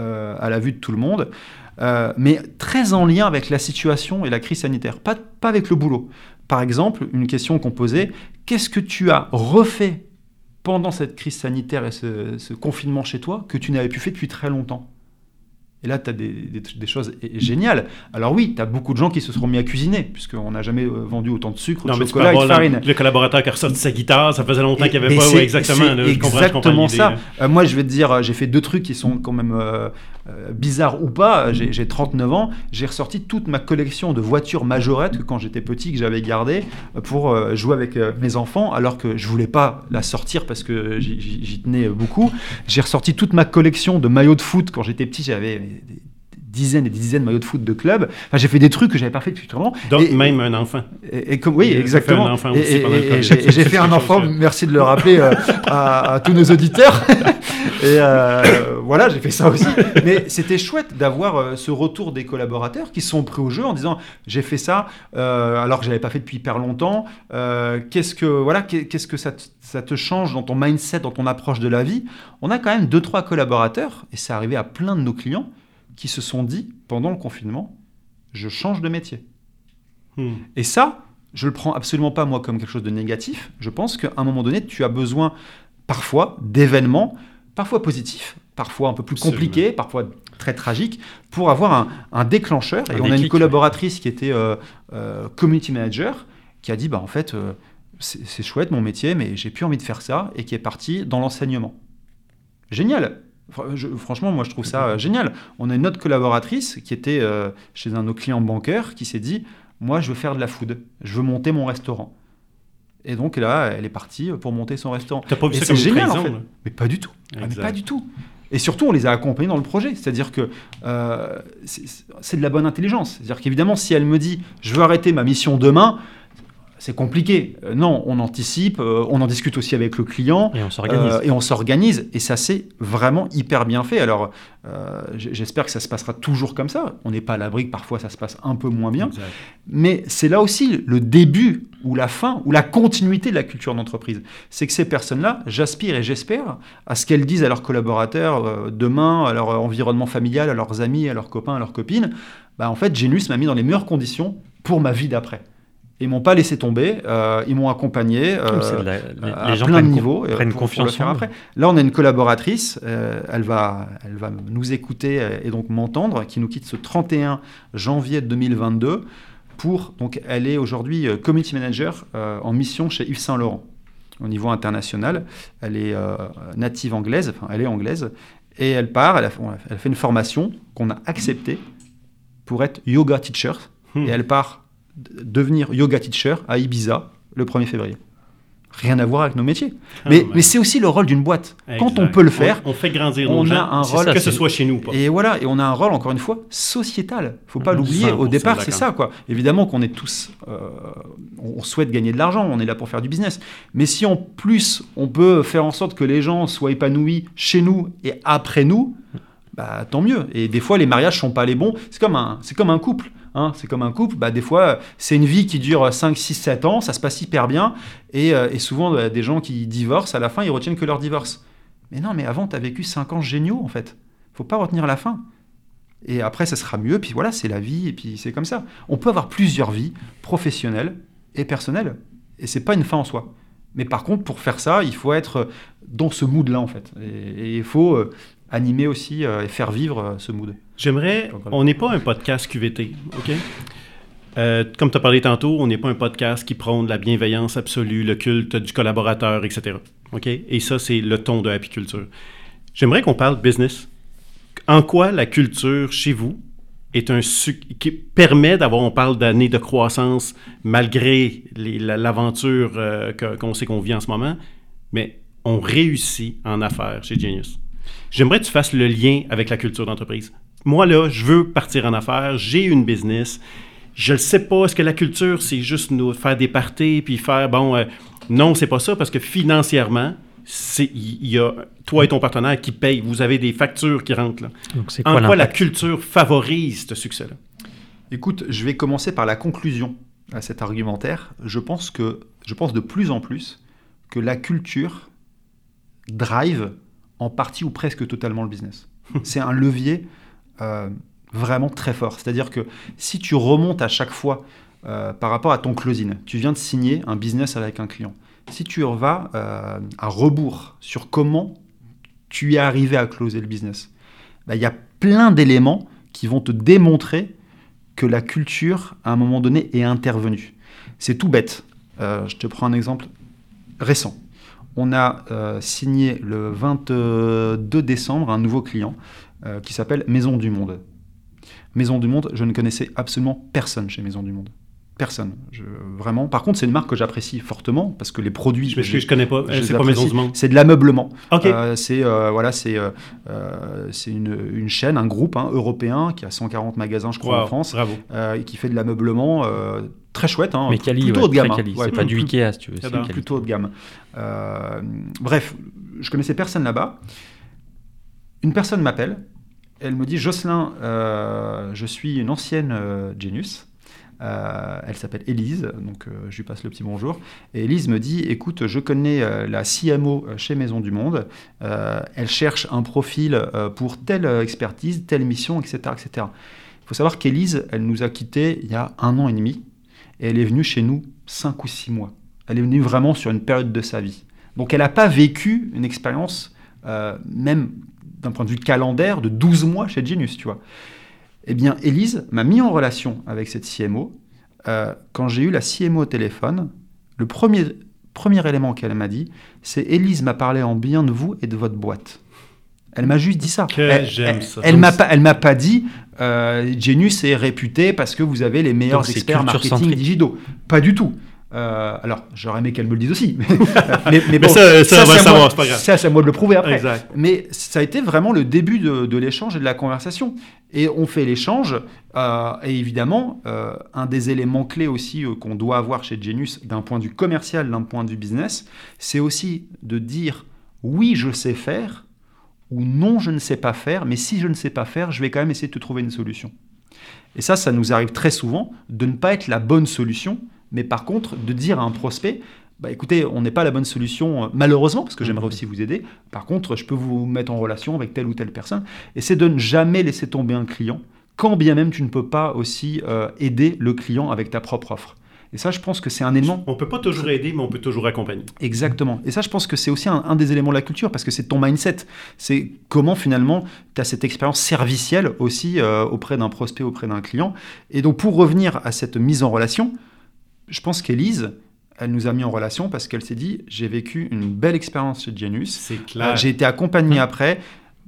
à la vue de tout le monde. Mais très en lien avec la situation et la crise sanitaire, pas avec le boulot. Par exemple, une question qu'on posait, qu'est-ce que tu as refait pendant cette crise sanitaire et ce confinement chez toi que tu n'avais plus fait depuis très longtemps? Et là, tu as des choses géniales. Alors oui, tu as beaucoup de gens qui se seront mis à cuisiner, puisqu'on n'a jamais vendu autant de sucre, de Non, mais tu peux chocolat et de avoir farine. le collaborateur qui a ressorti sa guitare, ça faisait longtemps qu'il n'y avait Et pas. c'est- Ouais, exactement. c'est là, je comprends exactement l'idée, ça. là. Moi, je vais te dire, j'ai fait 2 trucs qui sont quand même bizarres ou pas. J'ai 39 ans. J'ai ressorti toute ma collection de voitures majorettes que quand j'étais petit, que j'avais gardées pour jouer avec mes enfants, alors que je voulais pas la sortir parce que j'y tenais beaucoup. J'ai ressorti toute ma collection de maillots de foot quand j'étais petit. J'avais des dizaines et des dizaines de maillots de foot de club. Enfin, j'ai fait des trucs que j'avais pas fait depuis très longtemps. Donc, Et- même un enfant. oui, Il a exactement. fait un enfant aussi pendant le Et Covid. j'ai fait C'est un quelque enfant, chose que- merci de le rappeler à tous nos auditeurs. Et voilà, j'ai fait ça aussi. Mais c'était chouette d'avoir ce retour des collaborateurs qui se sont pris au jeu en disant j'ai fait ça alors que je l'avais pas fait depuis hyper longtemps. Qu'est-ce que ça te change dans ton mindset, dans ton approche de la vie? On a quand même 2-3 collaborateurs, et c'est arrivé à plein de nos clients, qui se sont dit pendant le confinement, je change de métier. Et ça, je le prends absolument pas moi comme quelque chose de négatif. Je pense qu'à un moment donné, tu as besoin parfois d'événements, parfois positifs, parfois un peu plus Absolument. compliqués, parfois très tragiques, pour avoir un déclencheur. Et Un on a une déclic, collaboratrice qui était community manager, qui a dit, en fait, c'est chouette mon métier, mais j'ai plus envie de faire ça, et qui est partie dans l'enseignement. Génial. Franchement, moi, je trouve ça génial. On a une autre collaboratrice qui était chez un de nos clients bancaires qui s'est dit, moi, je veux faire de la food, je veux monter mon restaurant. Et donc là, elle est partie pour monter son restaurant. T'as pas vu et ça c'est comme une génial, trahison, en fait. là. Mais pas du tout. Ah, mais Exact. pas du tout. Et surtout, on les a accompagnés dans le projet. C'est-à-dire que c'est de la bonne intelligence. C'est-à-dire qu'évidemment, si elle me dit « je veux arrêter ma mission demain », c'est compliqué. Non, on anticipe, on en discute aussi avec le client. Et on s'organise. Et ça, c'est vraiment hyper bien fait. Alors, j'espère que ça se passera toujours comme ça. On n'est pas à l'abri que parfois ça se passe un peu moins bien. Exact. Mais c'est là aussi le début ou la fin ou la continuité de la culture d'entreprise. C'est que ces personnes-là, j'aspire et j'espère à ce qu'elles disent à leurs collaborateurs demain, à leur environnement familial, à leurs amis, à leurs copains, à leurs copines. En fait, Genius m'a mis dans les meilleures conditions pour ma vie d'après. Ils m'ont pas laissé tomber, ils m'ont accompagné à plein de niveaux prennent pour confiance le faire en après. Là, on a une collaboratrice, elle va nous écouter et donc m'entendre, qui nous quitte ce 31 janvier 2022 donc elle est aujourd'hui community manager en mission chez Yves Saint Laurent au niveau international. Elle est native anglaise, enfin elle est anglaise, et elle part, elle fait une formation qu'on a acceptée pour être yoga teacher, et elle part devenir yoga teacher à Ibiza le 1er février. Rien à voir avec nos métiers. Mais c'est aussi le rôle d'une boîte. Exact. Quand on peut le faire, on fait grandir nos on gens, a un rôle, que ce soit chez nous ou pas. Et voilà, et on a un rôle, encore une fois, sociétal. Faut pas l'oublier. Au départ, d'accord. c'est ça, quoi. Évidemment qu'on est tous... on souhaite gagner de l'argent, on est là pour faire du business. Mais si en plus, on peut faire en sorte que les gens soient épanouis chez nous et après nous, tant mieux. Et des fois, les mariages sont pas les bons. C'est comme un couple. C'est comme un couple, des fois c'est une vie qui dure 5, 6, 7 ans, ça se passe hyper bien, et souvent des gens qui divorcent, à la fin ils retiennent que leur divorce. Mais non, mais avant tu as vécu 5 ans géniaux en fait, faut pas retenir la fin. Et après ça sera mieux, puis voilà, c'est la vie, et puis c'est comme ça. On peut avoir plusieurs vies, professionnelles et personnelles, et c'est pas une fin en soi. Mais par contre, pour faire ça, il faut être dans ce mood-là en fait, et il faut animer aussi et faire vivre ce mood. On n'est pas un podcast QVT, OK? Comme tu as parlé tantôt, on n'est pas un podcast qui prône la bienveillance absolue, le culte du collaborateur, etc. OK? Et ça, c'est le ton de Happy Culture. J'aimerais qu'on parle business. En quoi la culture chez vous est qui permet d'avoir, on parle d'années de croissance malgré l'aventure qu'on sait qu'on vit en ce moment, mais on réussit en affaires chez Genius. J'aimerais que tu fasses le lien avec la culture d'entreprise. Moi, là, je veux partir en affaires, j'ai une business, je ne sais pas, est-ce que la culture, c'est juste nous faire des parties, puis faire, non, c'est pas ça, parce que financièrement, il y a toi et ton partenaire qui payent, vous avez des factures qui rentrent, là. Donc, c'est quoi la culture favorise ce succès-là? Écoute, je vais commencer par la conclusion à cet argumentaire. Je pense de plus en plus que la culture drive en partie ou presque totalement le business. C'est un levier vraiment très fort. C'est-à-dire que si tu remontes à chaque fois par rapport à ton closing, tu viens de signer un business avec un client. Si tu vas à rebours sur comment tu es arrivé à closer le business, il y a plein d'éléments qui vont te démontrer que la culture, à un moment donné, est intervenue. C'est tout bête. Je te prends un exemple récent. On a signé le 22 décembre un nouveau client qui s'appelle Maison du Monde. Maison du Monde, je ne connaissais absolument personne chez Maison du Monde. Personne. Vraiment. Par contre, c'est une marque que j'apprécie fortement parce que les produits... Je connais pas. C'est pas Maison du Monde. C'est de l'ameublement. Okay. C'est une chaîne, un groupe européen qui a 140 magasins, je crois, en France. Bravo. Et qui fait de l'ameublement très chouette. Mais quali, plutôt haut de gamme. C'est pas du Ikea, si tu veux. C'est plutôt haut de gamme. Bref, je connaissais personne là-bas. Une personne m'appelle. Elle me dit, Jocelyn, je suis une ancienne Genius. Elle s'appelle Élise, donc je lui passe le petit bonjour. Et Élise me dit, écoute, je connais la CMO chez Maison du Monde. Elle cherche un profil pour telle expertise, telle mission, etc. etc. Il faut savoir qu'Élise, elle nous a quittés il y a 1 an et demi. Et elle est venue chez nous 5 ou 6 mois. Elle est venue vraiment sur une période de sa vie. Donc elle n'a pas vécu une expérience, même d'un point de vue calendaire, de 12 mois chez Genius, tu vois. Eh bien, Élise m'a mis en relation avec cette CMO. Quand j'ai eu la CMO au téléphone, le premier élément qu'elle m'a dit, c'est « Élise m'a parlé en bien de vous et de votre boîte ». Elle m'a juste dit ça. J'aime ça. Elle m'a pas dit Genius est réputé parce que vous avez les meilleurs Donc, c'est experts marketing culture-centrique. digitaux. Pas du tout. Alors, j'aurais aimé qu'elle me le dise aussi. Mais bon, ça, on va c'est le à savoir, moi- c'est pas grave. ça, c'est à moi de le prouver après. Exact. Mais ça a été vraiment le début de l'échange et de la conversation. Et on fait l'échange. Et évidemment, un des éléments clés aussi qu'on doit avoir chez Genius, d'un point de vue commercial, d'un point de vue business, c'est aussi de dire oui, je sais faire, ou non, je ne sais pas faire, mais si je ne sais pas faire, je vais quand même essayer de te trouver une solution. Et ça nous arrive très souvent de ne pas être la bonne solution, mais par contre de dire à un prospect, bah écoutez, on n'est pas la bonne solution, malheureusement, parce que j'aimerais aussi vous aider. Par contre, je peux vous mettre en relation avec telle ou telle personne. Et c'est de ne jamais laisser tomber un client, quand bien même tu ne peux pas aussi aider le client avec ta propre offre. Et ça, je pense que c'est un élément... On peut pas toujours aider, mais on peut toujours accompagner. Exactement. Et ça, je pense que c'est aussi un des éléments de la culture, parce que c'est ton mindset. C'est comment, finalement, tu as cette expérience servicielle aussi auprès d'un prospect, auprès d'un client. Et donc, pour revenir à cette mise en relation, je pense qu'Élise, elle nous a mis en relation parce qu'elle s'est dit, j'ai vécu une belle expérience chez Genius. C'est clair. J'ai été accompagné après.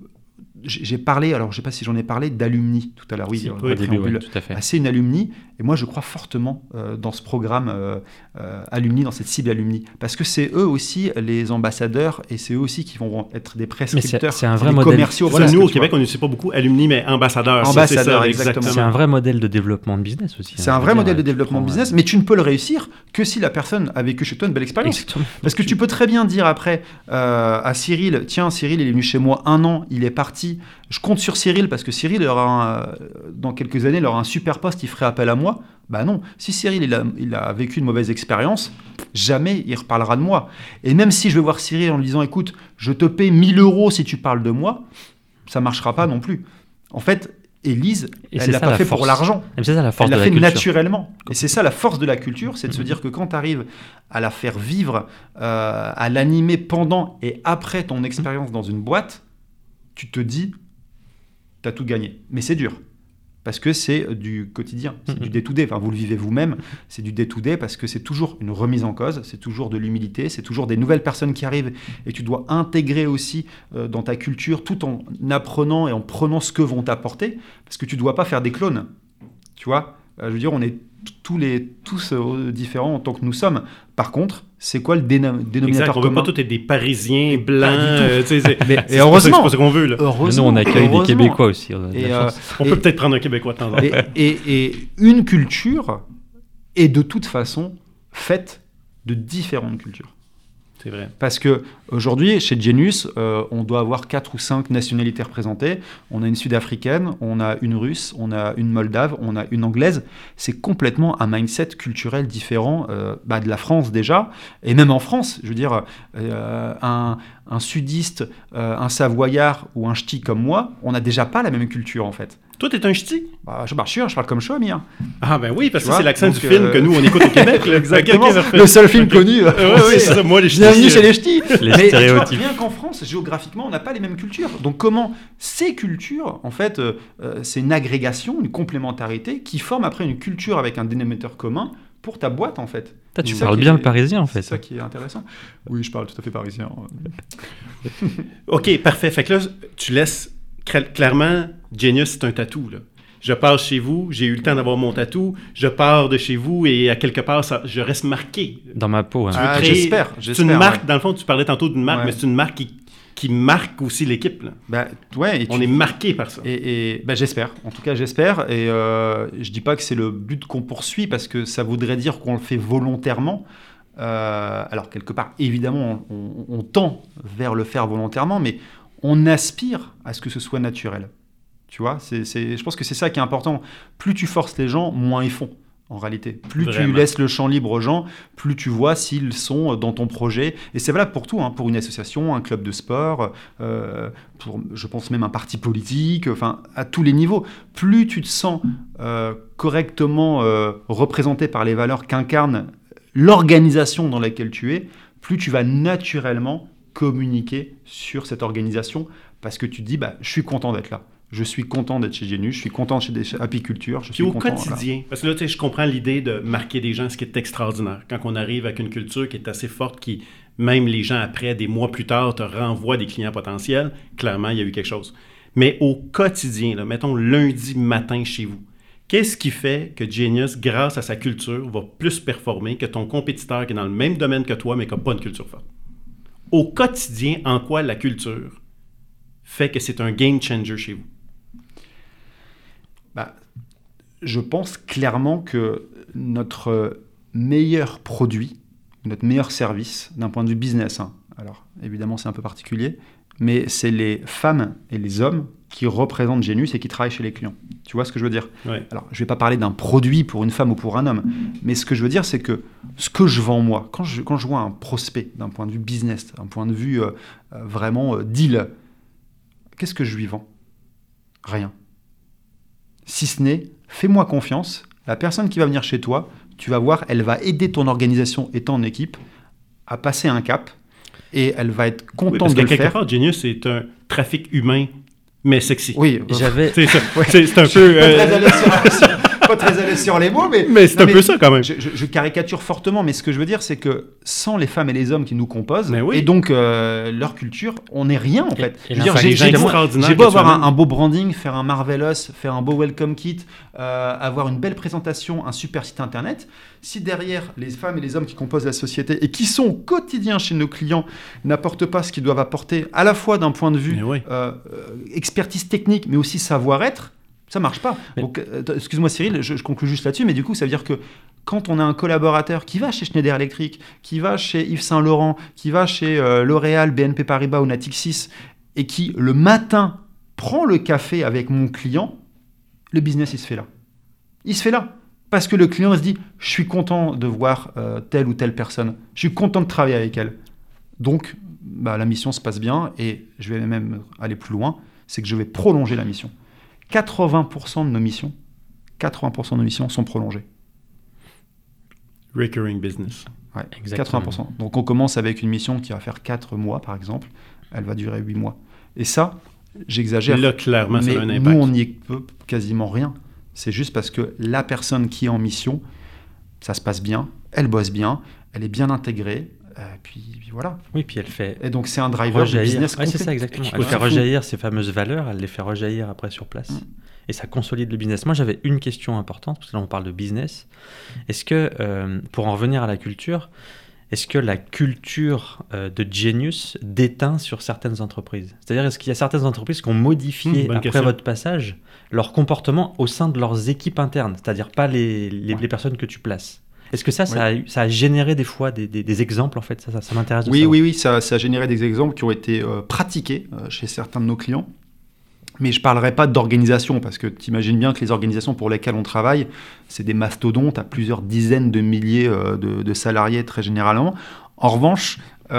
J'ai parlé, alors je ne sais pas si j'en ai parlé, d'alumni tout à l'heure. Oui, Si, dans oui, le Au début, préambule. tout à fait. C'est une alumni, et moi je crois fortement dans ce programme alumni, dans cette cible alumni, parce que c'est eux aussi les ambassadeurs, et c'est eux aussi qui vont être des prescripteurs, c'est un vrai des modèle. commerciaux. Voilà, Voilà, nous, au tu vois. Québec, on n'utilise pas beaucoup alumni, mais ambassadeur. Ambassadeur, c'est ça, exactement. C'est un vrai modèle de développement de business aussi. C'est un Je vrai veux modèle dire, de développement de tu business, prends, mais tu ne peux le réussir que si la personne a vécu chez toi une belle expérience. Exactement. Parce que tu peux très bien dire après à Cyril, tiens, Cyril, il est venu chez moi 1 an, il est parti, je compte sur Cyril parce que Cyril, dans quelques années, il aura un super poste, il ferait appel à moi. Bah non, si Cyril, il a vécu une mauvaise expérience, jamais il reparlera de moi. Et même si je vais voir Cyril en lui disant, écoute, je te paie 1 000 € si tu parles de moi, ça ne marchera pas non plus. En fait, Élise, Et elle c'est ne l'a ça, pas la fait force. pour l'argent. Mais c'est ça la force Elle de l'a la fait culture. naturellement. Et c'est ça la force de la culture, c'est de se dire que quand tu arrives à la faire vivre, à l'animer pendant et après ton expérience dans une boîte, tu te dis, tu as tout gagné. Mais c'est dur. Parce que c'est du quotidien, c'est du day-to-day. Enfin, vous le vivez vous-même, c'est du day-to-day parce que c'est toujours une remise en cause, c'est toujours de l'humilité, c'est toujours des nouvelles personnes qui arrivent et tu dois intégrer aussi dans ta culture tout en apprenant et en prenant ce que vont t'apporter parce que tu ne dois pas faire des clones. Tu vois, je veux dire, on est tous différents en tant que nous sommes. Par contre, c'est quoi le dénominateur Exact, on ne veut commun? pas tous être des Parisiens blancs. Et heureusement, c'est pas ce qu'on veut. Là. Nous, heureusement, on accueille des heureusement. Québécois aussi. On a de Et, la chance. On peut peut-être prendre un Québécois de temps en temps. et une culture est de toute façon faite de différentes cultures. C'est vrai. Parce que aujourd'hui, chez Genius, on doit avoir 4 ou 5 nationalités représentées. On a une sud-africaine, on a une russe, on a une moldave, on a une anglaise. C'est complètement un mindset culturel différent de la France déjà. Et même en France, je veux dire, un sudiste, un savoyard ou un ch'ti comme moi, on n'a déjà pas la même culture en fait. Toi, t'es un ch'ti? Je parle comme Chaumy. Hein. Ah ben oui, parce Tu que c'est vois, l'accent du donc, film que nous, on écoute au Québec. là. Exactement, Ok, parfait. le seul film connu. Oui, c'est ça. Moi, les ch'tis. Bienvenue chez les ch'tis. Les Mais tu vois, stéréotypes. rien qu'en France, géographiquement, on n'a pas les mêmes cultures. Donc comment ces cultures, en fait, c'est une agrégation, une complémentarité qui forme après une culture avec un dénominateur commun pour ta boîte, en fait. Putain, tu C'est ça parles qui bien est- le parisien, en fait. C'est ça qui est intéressant. Oui, je parle tout à fait parisien. OK, parfait. Fait que là, tu laisses clairement, Genius, c'est un tatou, là. Je passe chez vous, j'ai eu le temps d'avoir mon tatou, je pars de chez vous et à quelque part, je reste marqué. Dans ma peau. Hein. Ah, Créer- j'espère, C'est une j'espère, marque, ouais. dans le fond, tu parlais tantôt d'une marque, Ouais. mais c'est une marque qui marque aussi l'équipe. Là. Ouais, et On est marqué par ça. Et j'espère, en tout cas j'espère, et je dis pas que c'est le but qu'on poursuit parce que ça voudrait dire qu'on le fait volontairement. Alors quelque part, évidemment, on tend vers le faire volontairement, mais on aspire à ce que ce soit naturel. Tu vois, je pense que c'est ça qui est important. Plus tu forces les gens, moins ils font. En réalité, plus tu Vraiment. laisses le champ libre aux gens, plus tu vois s'ils sont dans ton projet. Et c'est valable pour tout, hein, pour une association, un club de sport, pour, je pense même un parti politique, enfin à tous les niveaux. Plus tu te sens correctement représenté par les valeurs qu'incarne l'organisation dans laquelle tu es, plus tu vas naturellement communiquer sur cette organisation parce que tu te dis, je suis content d'être là. Je suis content d'être chez Genius, je suis content chez Apiculture. Puis au quotidien, parce que là, tu sais, je comprends l'idée de marquer des gens, ce qui est extraordinaire. Quand on arrive avec une culture qui est assez forte, qui même les gens après, des mois plus tard, te renvoient des clients potentiels, clairement, il y a eu quelque chose. Mais au quotidien, là, mettons lundi matin chez vous, qu'est-ce qui fait que Genius, grâce à sa culture, va plus performer que ton compétiteur qui est dans le même domaine que toi, mais qui n'a pas une culture forte? Au quotidien, en quoi la culture fait que c'est un game changer chez vous? Je pense clairement que notre meilleur produit, notre meilleur service, d'un point de vue business, alors évidemment c'est un peu particulier, mais c'est les femmes et les hommes qui représentent Genius et qui travaillent chez les clients. Tu vois ce que je veux dire? Ouais. Alors, je ne vais pas parler d'un produit pour une femme ou pour un homme, mais ce que je veux dire, c'est que ce que je vends moi, quand je vois un prospect d'un point de vue business, d'un point de vue vraiment deal, qu'est-ce que je lui vends? Rien. Si ce n'est, fais-moi confiance, la personne qui va venir chez toi, tu vas voir, elle va aider ton organisation et ton équipe à passer un cap et elle va être contente de le faire. Quelque part, Genius, c'est un trafic humain, mais sexy. Oui, J'avais... C'est un peu... pas très à l'aise sur les mots, mais c'est un peu ça quand même. Je caricature fortement, mais ce que je veux dire, c'est que sans les femmes et les hommes qui nous composent, oui. et donc leur culture, on n'est rien en fait. Et Je veux dire, j'ai beau avoir un beau branding, faire un Marvelous, faire un beau welcome kit, avoir une belle présentation, un super site internet, si derrière les femmes et les hommes qui composent la société et qui sont au quotidien chez nos clients n'apportent pas ce qu'ils doivent apporter, à la fois d'un point de vue expertise technique, mais aussi savoir-être, ça marche pas. Donc, excuse-moi Cyril, je conclue juste là-dessus, mais du coup, ça veut dire que quand on a un collaborateur qui va chez Schneider Electric, qui va chez Yves Saint Laurent, qui va chez L'Oréal, BNP Paribas ou Natixis, et qui, le matin, prend le café avec mon client, le business, il se fait là. Il se fait là. Parce que le client il se dit, je suis content de voir telle ou telle personne, je suis content de travailler avec elle. Donc, la mission se passe bien, et je vais même aller plus loin, c'est que je vais prolonger la mission. 80% de nos missions sont prolongées. Recurring business. Ouais, 80%. Donc on commence avec une mission qui va faire 4 mois, par exemple. Elle va durer 8 mois. Et ça, j'exagère. Là, clairement, ça a un impact. Nous, on n'y peut quasiment rien. C'est juste parce que la personne qui est en mission, ça se passe bien, elle bosse bien, elle est bien intégrée. Puis voilà. Oui, puis elle fait. Et donc c'est un driver de business complet. C'est ça exactement. Elle fait rejaillir ses fameuses valeurs, elle les fait rejaillir après sur place. Et ça consolide le business. Moi, j'avais une question importante, parce que là, on parle de business. Est-ce que, pour en revenir à la culture, est-ce que la culture de Genius déteint sur certaines entreprises? C'est-à-dire, est-ce qu'il y a certaines entreprises qui ont modifié, après votre passage, leur comportement au sein de leurs équipes internes? C'est-à-dire pas les personnes que tu places. Est-ce que ça a généré des fois des exemples, en fait? Ça m'intéresse de savoir. Oui, ça a généré des exemples qui ont été pratiqués chez certains de nos clients. Mais je ne parlerai pas d'organisation, parce que tu imagines bien que les organisations pour lesquelles on travaille, c'est des mastodontes à plusieurs dizaines de milliers de salariés très généralement. En revanche,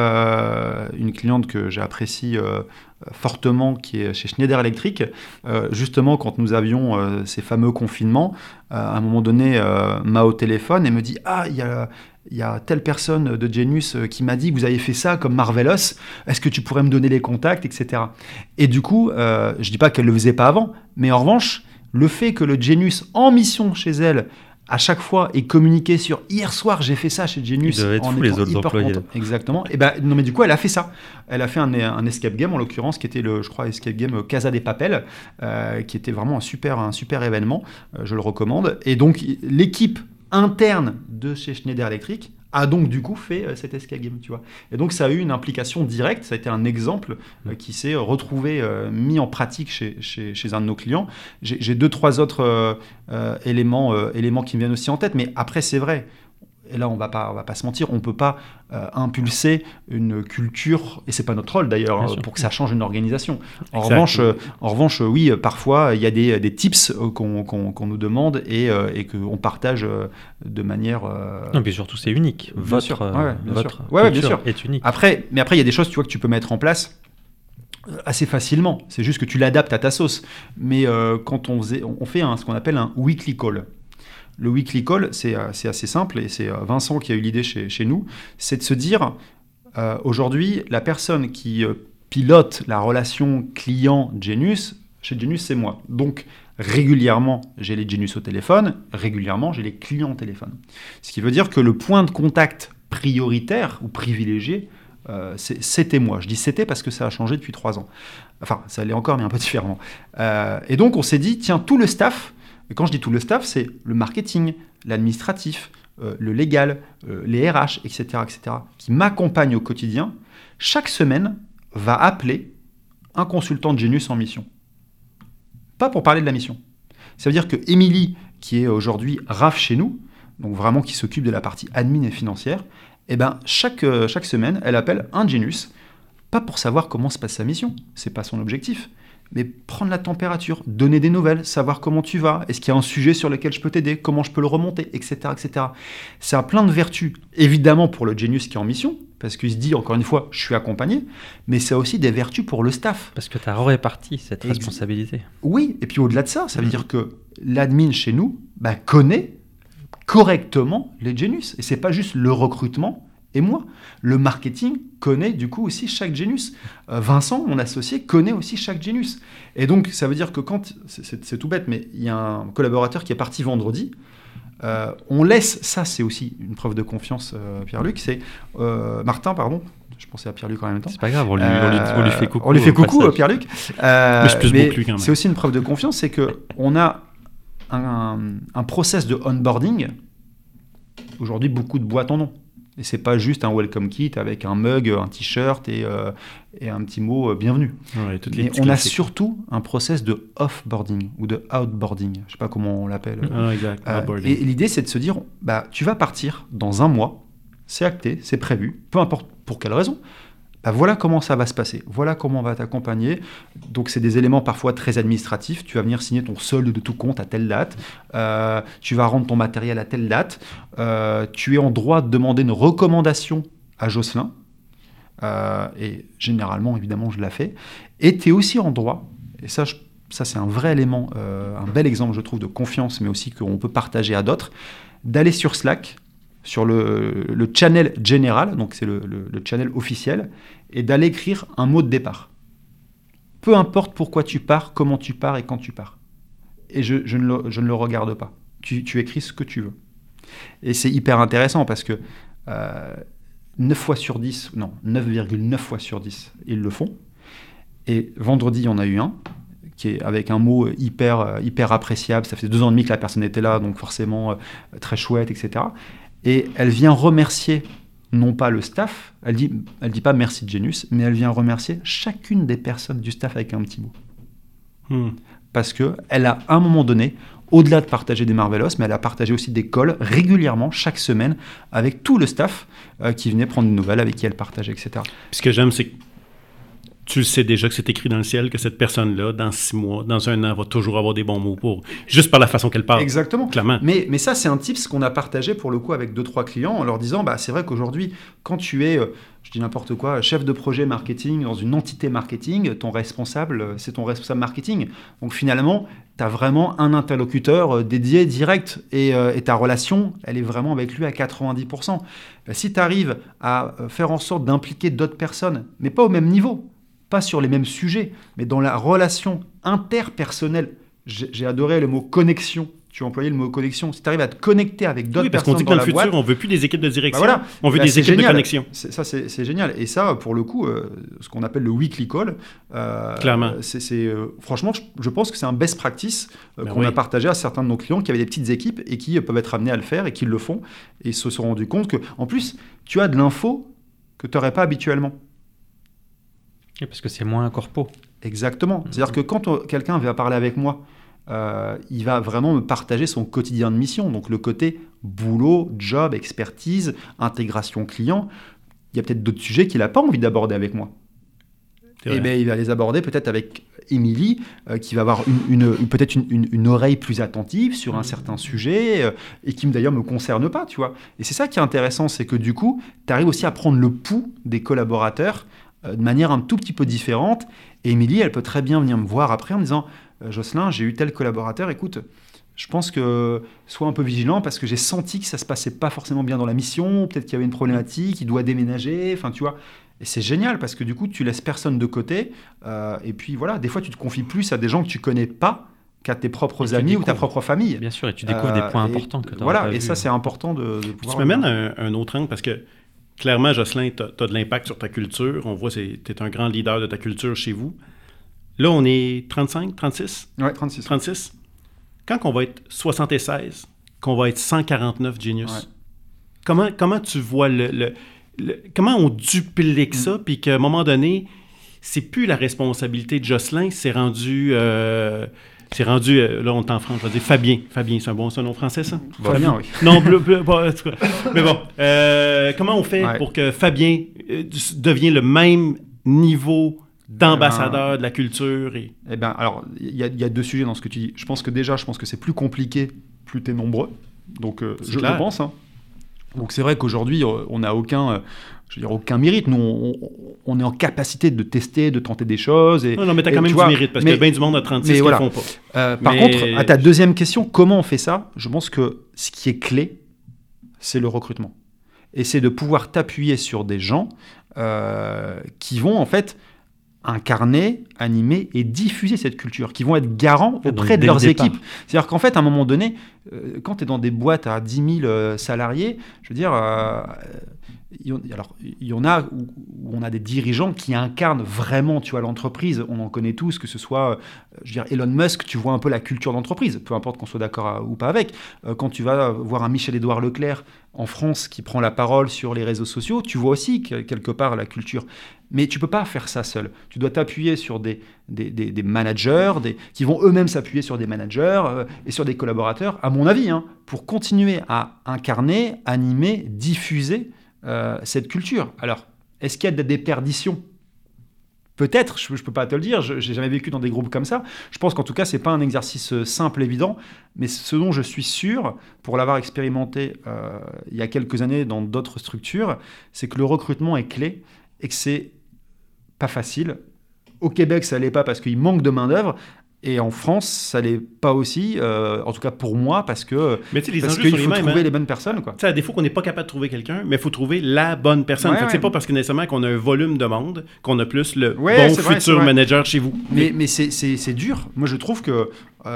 une cliente que j'apprécie fortement, qui est chez Schneider Electric, justement quand nous avions ces fameux confinements, à un moment donné m'a au téléphone et me dit « Ah, il y a telle personne de Genius qui m'a dit que vous avez fait ça comme Marvelous, est-ce que tu pourrais me donner les contacts, etc. » Et du coup, je ne dis pas qu'elle ne le faisait pas avant, mais en revanche, le fait que le Genius en mission chez elle à chaque fois est communiqué sur hier soir j'ai fait ça chez Genius. Ils doivent être fous les autres employés. Exactement. Et non mais du coup elle a fait ça. Elle a fait un escape game en l'occurrence qui était escape game Casa des Papel, qui était vraiment un super événement. Je le recommande. Et donc l'équipe interne de chez Schneider Electric a donc du coup fait cet escape game, tu vois. Et donc ça a eu une implication directe, ça a été un exemple qui s'est retrouvé, mis en pratique chez un de nos clients. J'ai 2-3 autres éléments qui me viennent aussi en tête, mais après c'est vrai, et là on va pas se mentir, on peut pas impulser une culture, et c'est pas notre rôle d'ailleurs, pour que ça change une organisation. En revanche, oui, parfois il y a des tips qu'on nous demande et qu'on partage de manière... Non, mais surtout c'est unique. Votre culture est unique. Après il y a des choses, tu vois, que tu peux mettre en place assez facilement. C'est juste que tu l'adaptes à ta sauce. Mais quand on fait ce qu'on appelle un weekly call. Le weekly call, c'est assez simple, et c'est Vincent qui a eu l'idée chez nous, c'est de se dire, aujourd'hui, la personne qui pilote la relation client Genius, chez Genius, c'est moi. Donc, régulièrement, j'ai les Genius au téléphone, régulièrement, j'ai les clients au téléphone. Ce qui veut dire que le point de contact prioritaire ou privilégié C'était moi. Je dis c'était parce que ça a changé depuis 3 ans. Enfin, ça l'est encore, mais un peu différemment. Et donc, on s'est dit, tiens, tout le staff, et quand je dis tout le staff, c'est le marketing, l'administratif, le légal, les RH, etc., qui m'accompagnent au quotidien, chaque semaine va appeler un consultant de Genius en mission. Pas pour parler de la mission. Ça veut dire que Émilie, qui est aujourd'hui RAF chez nous, donc vraiment qui s'occupe de la partie admin et financière, eh ben, chaque semaine, elle appelle un Genius, pas pour savoir comment se passe sa mission, c'est pas son objectif, mais prendre la température, donner des nouvelles, savoir comment tu vas, est-ce qu'il y a un sujet sur lequel je peux t'aider, comment je peux le remonter, etc. Ça a plein de vertus, évidemment pour le Genius qui est en mission, parce qu'il se dit, encore une fois, je suis accompagné, mais ça a aussi des vertus pour le staff. Parce que tu as réparti cette responsabilité. Oui, et puis au-delà de ça, ça veut dire que l'admin chez nous connaît correctement les Genius. Et c'est pas juste le recrutement et moi. Le marketing connaît du coup aussi chaque Genius. Vincent, mon associé, connaît aussi chaque Genius. Et donc, ça veut dire que quand... C'est tout bête, mais il y a un collaborateur qui est parti vendredi. On laisse... Ça, c'est aussi une preuve de confiance, Pierre-Luc. C'est... Martin, pardon. Je pensais à Pierre-Luc en même temps. C'est pas grave, on lui fait coucou. On lui fait coucou, Pierre-Luc. Mais je plus beaucoup lui quand même. C'est aussi une preuve de confiance, c'est qu'on a un process de onboarding. Aujourd'hui, beaucoup de boîtes en ont. Et c'est pas juste un welcome kit avec un mug, un t-shirt et un petit mot bienvenue. Ouais, mais on a surtout un process de offboarding ou de outboarding. Je sais pas comment on l'appelle. Exact. Et l'idée, c'est de se dire, tu vas partir dans 1 mois, c'est acté, c'est prévu, peu importe pour quelle raison. Voilà comment ça va se passer, voilà comment on va t'accompagner. Donc c'est des éléments parfois très administratifs. Tu vas venir signer ton solde de tout compte à telle date, tu vas rendre ton matériel à telle date, tu es en droit de demander une recommandation à Jocelyn, et généralement évidemment je la fais, et tu es aussi en droit, et ça c'est un vrai élément, un bel exemple je trouve de confiance, mais aussi qu'on peut partager à d'autres, d'aller sur Slack, sur le channel général, donc c'est le channel officiel, et d'aller écrire un mot de départ. Peu importe pourquoi tu pars, comment tu pars et quand tu pars. Et je ne le regarde pas. Tu écris ce que tu veux. Et c'est hyper intéressant parce que 9 fois sur 10, non, 9,9 fois sur 10, ils le font. Et vendredi, il y en a eu un, qui est avec un mot hyper appréciable. Ça fait 2 ans et demi que la personne était là, donc forcément très chouette, etc. Et elle vient remercier, non pas le staff, elle dit pas merci de Genius, mais elle vient remercier chacune des personnes du staff avec un petit mot. Parce qu'elle a, à un moment donné, au-delà de partager des Marvelous, mais elle a partagé aussi des calls régulièrement, chaque semaine, avec tout le staff qui venait prendre des nouvelles, avec qui elle partageait, etc. Ce que j'aime, c'est que tu le sais déjà que c'est écrit dans le ciel, que cette personne-là, dans 6 mois, dans 1 an, va toujours avoir des bons mots pour... Juste par la façon qu'elle parle. Exactement. Clairement. Mais ça, c'est un tips qu'on a partagé pour le coup avec 2-3 clients en leur disant, c'est vrai qu'aujourd'hui, quand tu es, je dis n'importe quoi, chef de projet marketing dans une entité marketing, ton responsable, c'est ton responsable marketing. Donc finalement, tu as vraiment un interlocuteur dédié, direct, et ta relation, elle est vraiment avec lui à 90%. Si tu arrives à faire en sorte d'impliquer d'autres personnes, mais pas au même niveau, pas sur les mêmes sujets, mais dans la relation interpersonnelle. J'ai adoré le mot connexion. Tu as employé le mot connexion. Si tu arrives à te connecter avec d'autres personnes dans la boîte... parce qu'on dit que dans le futur, on ne veut plus des équipes de direction, on veut des des équipes génial. de connexion. Ça, c'est génial. Et ça, pour le coup, ce qu'on appelle le weekly call, clairement. Franchement, je pense que c'est un best practice qu'on a partagé à certains de nos clients qui avaient des petites équipes et qui peuvent être amenés à le faire et qui le font. Et ils se sont rendus compte qu'en plus, tu as de l'info que tu n'aurais pas habituellement. Et parce que c'est moins corpo. Exactement. C'est-à-dire que quand quelqu'un vient parler avec moi, il va vraiment me partager son quotidien de mission. Donc le côté boulot, job, expertise, intégration client. Il y a peut-être d'autres sujets qu'il n'a pas envie d'aborder avec moi. Et bien, il va les aborder peut-être avec Émilie, qui va avoir peut-être une oreille plus attentive sur un certain sujet, et qui d'ailleurs ne me concerne pas, tu vois. Et c'est ça qui est intéressant, c'est que du coup, tu arrives aussi à prendre le pouls des collaborateurs de manière un tout petit peu différente. Et Émilie, elle peut très bien venir me voir après en me disant « Jocelyn, j'ai eu tel collaborateur, écoute, je pense que sois un peu vigilant parce que j'ai senti que ça ne se passait pas forcément bien dans la mission, peut-être qu'il y avait une problématique, il doit déménager, enfin tu vois. » Et c'est génial parce que du coup, tu laisses personne de côté. Et puis voilà, des fois, tu te confies plus à des gens que tu ne connais pas qu'à tes propres amis ou ta propre famille. Bien sûr, et tu découvres des points importants que tu Voilà, pas et vu. Ça, c'est important de pouvoir... Tu m'amènes un autre angle parce que clairement, Jocelyn, tu as de l'impact sur ta culture. On voit que tu es un grand leader de ta culture chez vous. Là, on est 35, 36? Ouais, 36. 36. Quand on va être 76, qu'on va être 149 Genius, comment tu vois comment on duplique ça, puis qu'à un moment donné, c'est plus la responsabilité de Jocelyn, c'est rendu, là, on est en France, je vais dire Fabien. Fabien, c'est un nom français, ça? Fabien, oui. Non, pas, en tout cas. Mais bon, comment on fait pour que Fabien devienne le même niveau d'ambassadeur de la culture? Eh bien, alors, il y a 2 sujets dans ce que tu dis. Je pense que c'est plus compliqué, plus tu es nombreux. Donc, je pense. Hein. Donc, c'est vrai qu'aujourd'hui, on n'a aucun mérite. Nous, on est en capacité de tester, de tenter des choses. Non, mais tu as quand même du mérite, parce qu'il y a bien du monde à 36 qui ne font pas. Par contre, à ta deuxième question, comment on fait ça? Je pense que ce qui est clé, c'est le recrutement. Et c'est de pouvoir t'appuyer sur des gens qui vont, en fait, incarner, animer et diffuser cette culture, qui vont être garants auprès de leurs équipes. C'est-à-dire qu'en fait, à un moment donné, quand tu es dans des boîtes à 10 000 salariés, je veux dire, il y en a où on a des dirigeants qui incarnent vraiment, tu vois, l'entreprise. On en connaît tous, que ce soit, je veux dire, Elon Musk, tu vois un peu la culture d'entreprise, peu importe qu'on soit d'accord ou pas avec. Quand tu vas voir un Michel-Édouard Leclerc en France qui prend la parole sur les réseaux sociaux, tu vois aussi quelque part la culture. Mais tu ne peux pas faire ça seul. Tu dois t'appuyer sur des managers qui vont eux-mêmes s'appuyer sur des managers et sur des collaborateurs, à mon avis, hein, pour continuer à incarner, animer, diffuser cette culture. Alors, est-ce qu'il y a des perditions ? Peut-être, je ne peux pas te le dire, je n'ai jamais vécu dans des groupes comme ça. Je pense qu'en tout cas, ce n'est pas un exercice simple, évident, mais ce dont je suis sûr, pour l'avoir expérimenté il y a quelques années dans d'autres structures, c'est que le recrutement est clé et que c'est pas facile. Au Québec, ça l'est pas parce qu'il manque de main-d'œuvre. Et en France, ça l'est pas aussi, en tout cas pour moi, parce qu'il faut trouver les bonnes personnes. Quoi. À défaut qu'on n'est pas capable de trouver quelqu'un, mais il faut trouver la bonne personne. C'est pas parce que nécessairement qu'on a un volume de monde qu'on a plus le futur manager chez vous. Mais c'est dur. Moi, je trouve que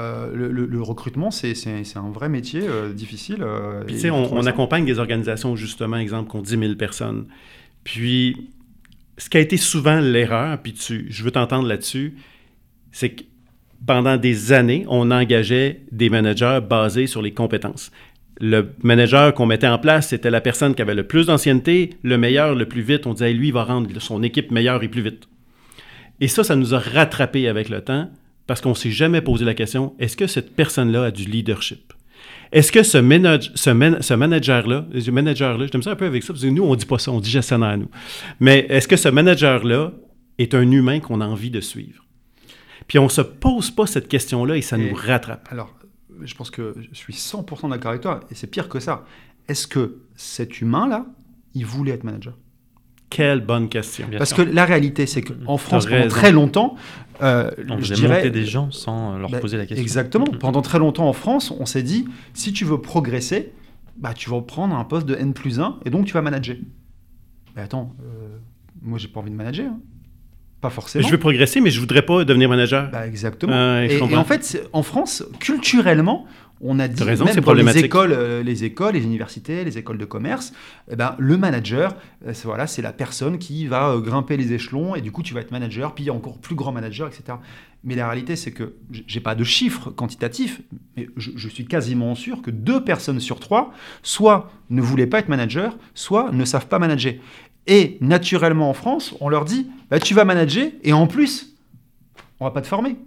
le recrutement, c'est un vrai métier difficile. Puis on accompagne des organisations, justement, exemple, qui ont 10 000 personnes. Puis, ce qui a été souvent l'erreur, puis je veux t'entendre là-dessus, c'est que pendant des années, on engageait des managers basés sur les compétences. Le manager qu'on mettait en place, c'était la personne qui avait le plus d'ancienneté, le meilleur, le plus vite. On disait, lui, il va rendre son équipe meilleure et plus vite. Et ça nous a rattrapés avec le temps parce qu'on ne s'est jamais posé la question, est-ce que cette personne-là a du leadership? Est-ce que ce manager-là, j'aime ça un peu avec ça, parce que nous, on ne dit pas ça, on dit gestionnaire, nous. Mais est-ce que ce manager-là est un humain qu'on a envie de suivre? Puis on ne se pose pas cette question-là et ça nous rattrape. Alors, je pense que je suis 100% d'accord avec toi, et c'est pire que ça. Est-ce que cet humain-là, il voulait être manager? Quelle bonne question. Parce que la réalité, c'est qu'en France, pendant très longtemps, on faisait monter des gens sans leur poser la question. Exactement. Pendant très longtemps en France, on s'est dit, si tu veux progresser, tu vas prendre un poste de N+1 et donc tu vas manager. Mais attends, moi, j'ai pas envie de manager, hein. Pas forcément. Je veux progresser, mais je voudrais pas devenir manager. Exactement. Et en fait, en France, culturellement, on a dit, raison, même dans les écoles, les universités, les écoles de commerce, le manager, c'est la personne qui va grimper les échelons et du coup, tu vas être manager, puis encore plus grand manager, etc. Mais la réalité, c'est que j'ai pas de chiffres quantitatifs, mais je suis quasiment sûr que 2 personnes sur 3, soit ne voulaient pas être manager, soit ne savent pas manager. Et naturellement en France, on leur dit tu vas manager et en plus, on va pas te former.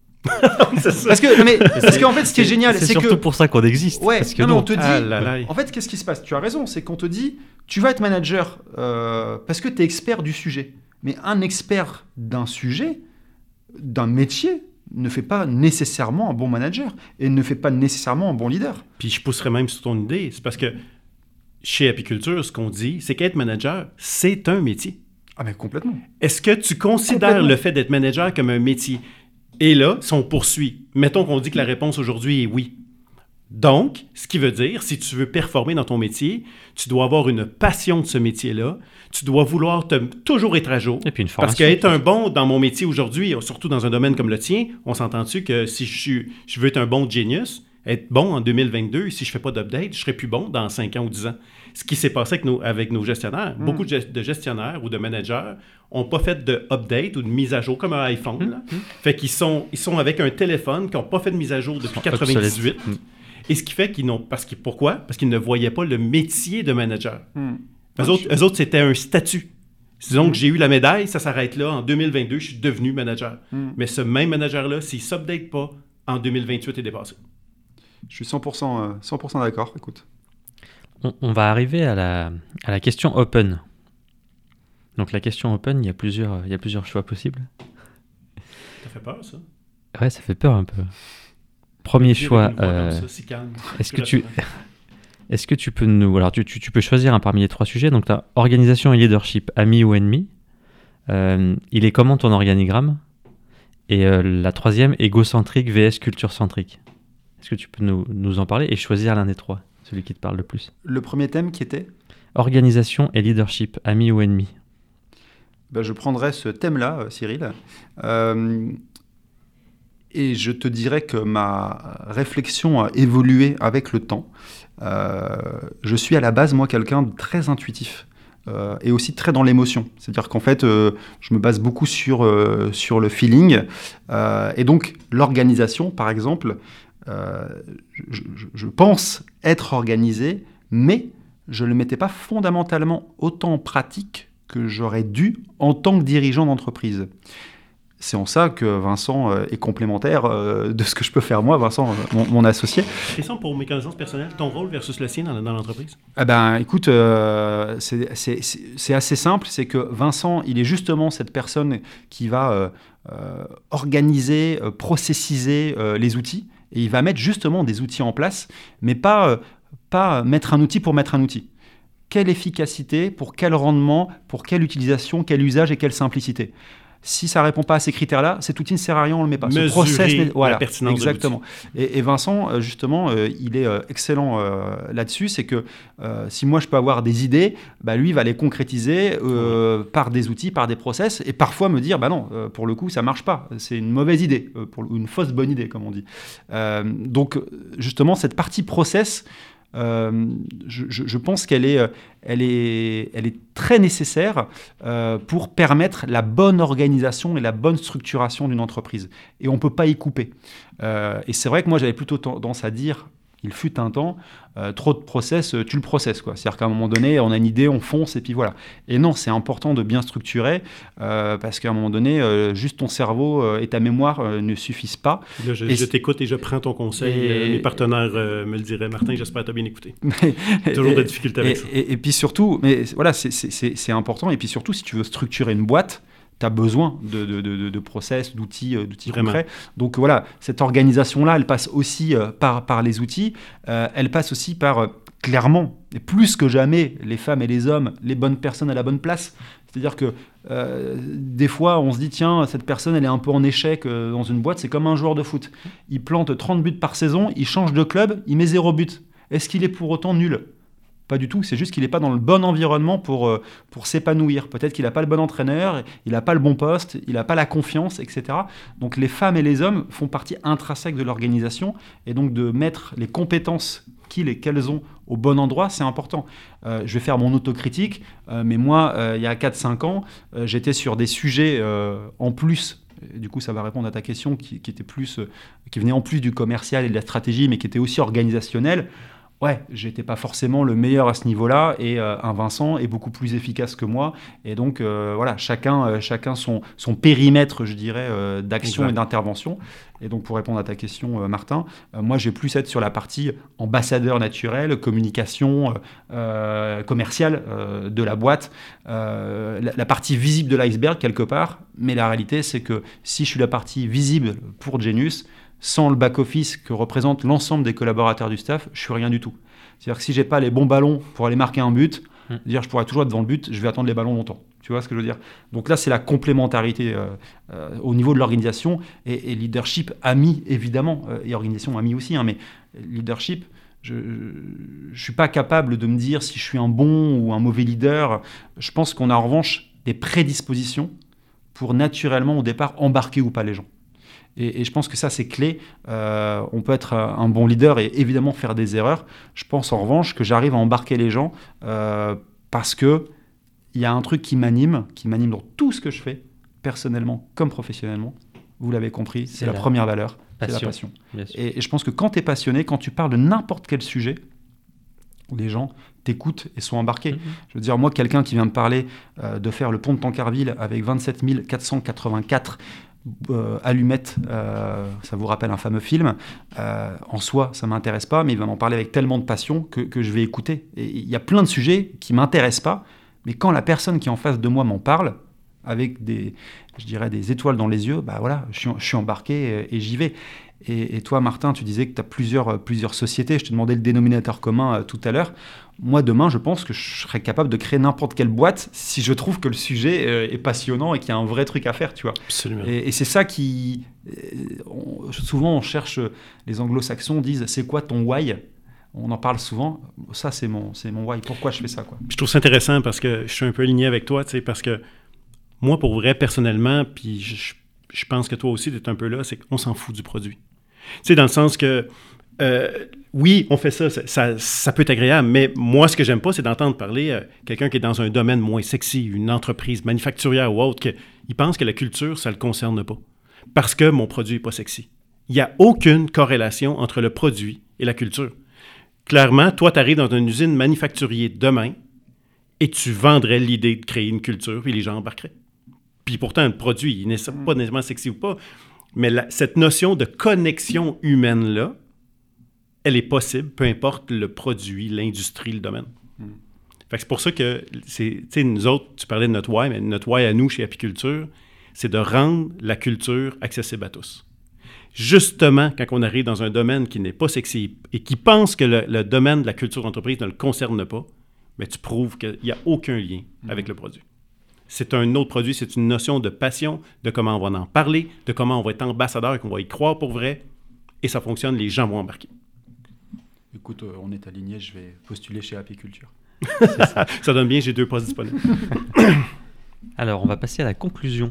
Parce qu'en fait, ce qui est génial, c'est que c'est surtout pour ça qu'on existe. Ouais, parce que on te dit. En fait, qu'est-ce qui se passe? Tu as raison, c'est qu'on te dit tu vas être manager parce que tu es expert du sujet. Mais un expert d'un sujet, d'un métier, ne fait pas nécessairement un bon manager et ne fait pas nécessairement un bon leader. Puis je pousserais même sur ton idée, c'est parce que chez Apiculture, ce qu'on dit, c'est qu'être manager, c'est un métier. Ah, mais complètement. Est-ce que tu considères le fait d'être manager comme un métier? Et là, si on poursuit, mettons qu'on dit que la réponse aujourd'hui est oui. Donc, ce qui veut dire, si tu veux performer dans ton métier, tu dois avoir une passion de ce métier-là, tu dois vouloir toujours être à jour. Et puis une formation. Parce qu'être un bon dans mon métier aujourd'hui, surtout dans un domaine comme le tien, on s'entend-tu que si je veux être un bon genius, être bon en 2022, si je ne fais pas d'update, je ne serai plus bon dans 5 ans ou 10 ans. Ce qui s'est passé avec nos gestionnaires. Beaucoup de gestionnaires ou de managers n'ont pas fait de update ou de mise à jour comme un iPhone. Là. Fait qu'ils sont avec un téléphone qui n'ont pas fait de mise à jour depuis 1998. Et ce qui fait qu'ils n'ont... Pourquoi? Parce qu'ils ne voyaient pas le métier de manager. Eux autres, c'était un statut. Disons que j'ai eu la médaille, ça s'arrête là. En 2022, je suis devenu manager. Mais ce même manager-là, s'il ne s'update pas, en 2028, il est dépassé. Je suis 100% d'accord, écoute. On va arriver à la question open. Donc la question open, il y a plusieurs choix possibles. Ça fait peur, ça? Ouais, ça fait peur un peu. Premier choix. Est-ce que tu peux nous... Alors, tu peux choisir parmi les 3 sujets. Donc, tu as organisation et leadership, amis ou ennemis. Il est comment ton organigramme? Et la 3e, égocentrique vs culture-centrique. Est-ce que tu peux nous en parler et choisir l'un des 3, celui qui te parle le plus? Le premier thème qui était? Organisation et leadership, amis ou ennemis? Je prendrais ce thème-là, Cyril. Et je te dirais que ma réflexion a évolué avec le temps. Je suis à la base, moi, quelqu'un de très intuitif et aussi très dans l'émotion. C'est-à-dire qu'en fait, je me base beaucoup sur le feeling. Et donc, l'organisation, par exemple, je pense être organisé, mais je ne le mettais pas fondamentalement autant en pratique que j'aurais dû en tant que dirigeant d'entreprise. C'est en ça que Vincent est complémentaire de ce que je peux faire moi, Vincent, mon associé. Question pour mes connaissances personnelles, ton rôle versus le sien dans l'entreprise? Écoute, c'est assez simple, c'est que Vincent, il est justement cette personne qui va organiser, processiser les outils, et il va mettre justement des outils en place, mais pas mettre un outil pour mettre un outil. Quelle efficacité, pour quel rendement, pour quelle utilisation, quel usage et quelle simplicité. Si ça ne répond pas à ces critères-là, cet outil ne sert à rien, on ne le met pas. Mesurer ce process, la pertinence exactement. de l'outil. Et Vincent, justement, il est excellent là-dessus. C'est que si moi, je peux avoir des idées, lui, il va les concrétiser par des outils, par des process, et parfois me dire, non, pour le coup, ça ne marche pas. C'est une mauvaise idée, une fausse bonne idée, comme on dit. Donc, justement, cette partie process... je pense qu'elle est très nécessaire pour permettre la bonne organisation et la bonne structuration d'une entreprise. Et on ne peut pas y couper. Et c'est vrai que moi, j'avais plutôt tendance à dire, il fut un temps, trop de process, tu le processes, quoi. C'est-à-dire qu'à un moment donné, on a une idée, on fonce, et puis voilà. Et non, c'est important de bien structurer, parce qu'à un moment donné, juste ton cerveau et ta mémoire ne suffisent pas. Là, je t'écoute et je prends ton conseil. Mes partenaires me le diraient. Martin, j'espère que tu as bien écouté. Toujours de difficultés avec ça. Et puis surtout, mais voilà, c'est important. Et puis surtout, si tu veux structurer une boîte, tu as besoin de process, d'outils concrets. Donc voilà, cette organisation-là, elle passe aussi par les outils. Elle passe aussi par, clairement, et plus que jamais, les femmes et les hommes, les bonnes personnes à la bonne place. C'est-à-dire que des fois, on se dit, tiens, cette personne, elle est un peu en échec dans une boîte. C'est comme un joueur de foot. Il plante 30 buts par saison, il change de club, il met 0 but. Est-ce qu'il est pour autant nul ? Pas du tout, c'est juste qu'il n'est pas dans le bon environnement pour s'épanouir. Peut-être qu'il n'a pas le bon entraîneur, il n'a pas le bon poste, il n'a pas la confiance, etc. Donc les femmes et les hommes font partie intrinsèque de l'organisation, et donc de mettre les compétences qu'elles ont au bon endroit, c'est important. Je vais faire mon autocritique, mais moi, il y a 4-5 ans, j'étais sur des sujets en plus. Du coup, ça va répondre à ta question qui venait en plus du commercial et de la stratégie, mais qui était aussi organisationnelle. Ouais, j'étais pas forcément le meilleur à ce niveau-là, et un Vincent est beaucoup plus efficace que moi, et donc voilà, chacun son périmètre, je dirais, d'action exact. Et d'intervention. Et donc pour répondre à ta question, Martin, moi je vais plus être sur la partie ambassadeur naturel, communication commerciale de la boîte, la partie visible de l'iceberg quelque part, mais la réalité c'est que si je suis la partie visible pour Genius, sans le back-office que représente l'ensemble des collaborateurs du staff, je suis rien du tout. C'est-à-dire que si je n'ai pas les bons ballons pour aller marquer un but, je pourrais toujours être devant le but, je vais attendre les ballons longtemps. Tu vois ce que je veux dire ? Donc là, c'est la complémentarité au niveau de l'organisation, et leadership ami, évidemment, et organisation ami aussi, mais leadership, je ne suis pas capable de me dire si je suis un bon ou un mauvais leader. Je pense qu'on a en revanche des prédispositions pour naturellement, au départ, embarquer ou pas les gens. Et je pense que ça, c'est clé. On peut être un bon leader et évidemment faire des erreurs. Je pense en revanche que j'arrive à embarquer les gens parce qu'il y a un truc qui m'anime dans tout ce que je fais, personnellement comme professionnellement. Vous l'avez compris, c'est la première valeur, c'est la passion. Et je pense que quand tu es passionné, quand tu parles de n'importe quel sujet, les gens t'écoutent et sont embarqués. Je veux dire, moi, quelqu'un qui vient me parler de faire le pont de Tancarville avec 27 484 allumettes, ça vous rappelle un fameux film, en soi, ça ne m'intéresse pas, mais il va m'en parler avec tellement de passion que je vais écouter. Et il y a plein de sujets qui ne m'intéressent pas, mais quand la personne qui est en face de moi m'en parle, avec des étoiles dans les yeux, bah voilà, je suis embarqué et j'y vais. Et toi, Martin, tu disais que tu as plusieurs sociétés. Je te demandais le dénominateur commun tout à l'heure. Moi, demain, je pense que je serais capable de créer n'importe quelle boîte si je trouve que le sujet est passionnant et qu'il y a un vrai truc à faire, tu vois. Absolument. Et c'est ça qui... souvent, on cherche... Les anglo-saxons disent « c'est quoi ton why ?» On en parle souvent. Ça, c'est mon why. Pourquoi je fais ça, quoi. Je trouve ça intéressant parce que je suis un peu aligné avec toi, tu sais, parce que moi, pour vrai, personnellement, puis je pense que toi aussi, tu es un peu là, c'est qu'on s'en fout du produit. Tu sais, dans le sens que, oui, on fait ça, ça peut être agréable, mais moi, ce que j'aime pas, c'est d'entendre parler quelqu'un qui est dans un domaine moins sexy, une entreprise manufacturière ou autre, qu'il pense que la culture, ça le concerne pas, parce que mon produit est pas sexy. Il n'y a aucune corrélation entre le produit et la culture. Clairement, toi, tu arrives dans une usine manufacturière demain et tu vendrais l'idée de créer une culture, puis les gens embarqueraient. Puis pourtant, le produit, il n'est pas nécessairement sexy ou pas, mais cette notion de connexion humaine-là, elle est possible, peu importe le produit, l'industrie, le domaine. Fait que c'est pour ça que, tu sais, nous autres, tu parlais de notre why, mais notre why à nous, chez Apiculture, c'est de rendre la culture accessible à tous. Justement, quand on arrive dans un domaine qui n'est pas sexy et qui pense que le domaine de la culture d'entreprise ne le concerne pas, mais tu prouves qu'il n'y a aucun lien avec le produit. C'est un autre produit, c'est une notion de passion, de comment on va en parler, de comment on va être ambassadeur et qu'on va y croire pour vrai. Et ça fonctionne, les gens vont embarquer. Écoute, on est aligné, je vais postuler chez Apiculture. Ça donne bien, j'ai 2 postes disponibles. Alors, on va passer à la conclusion.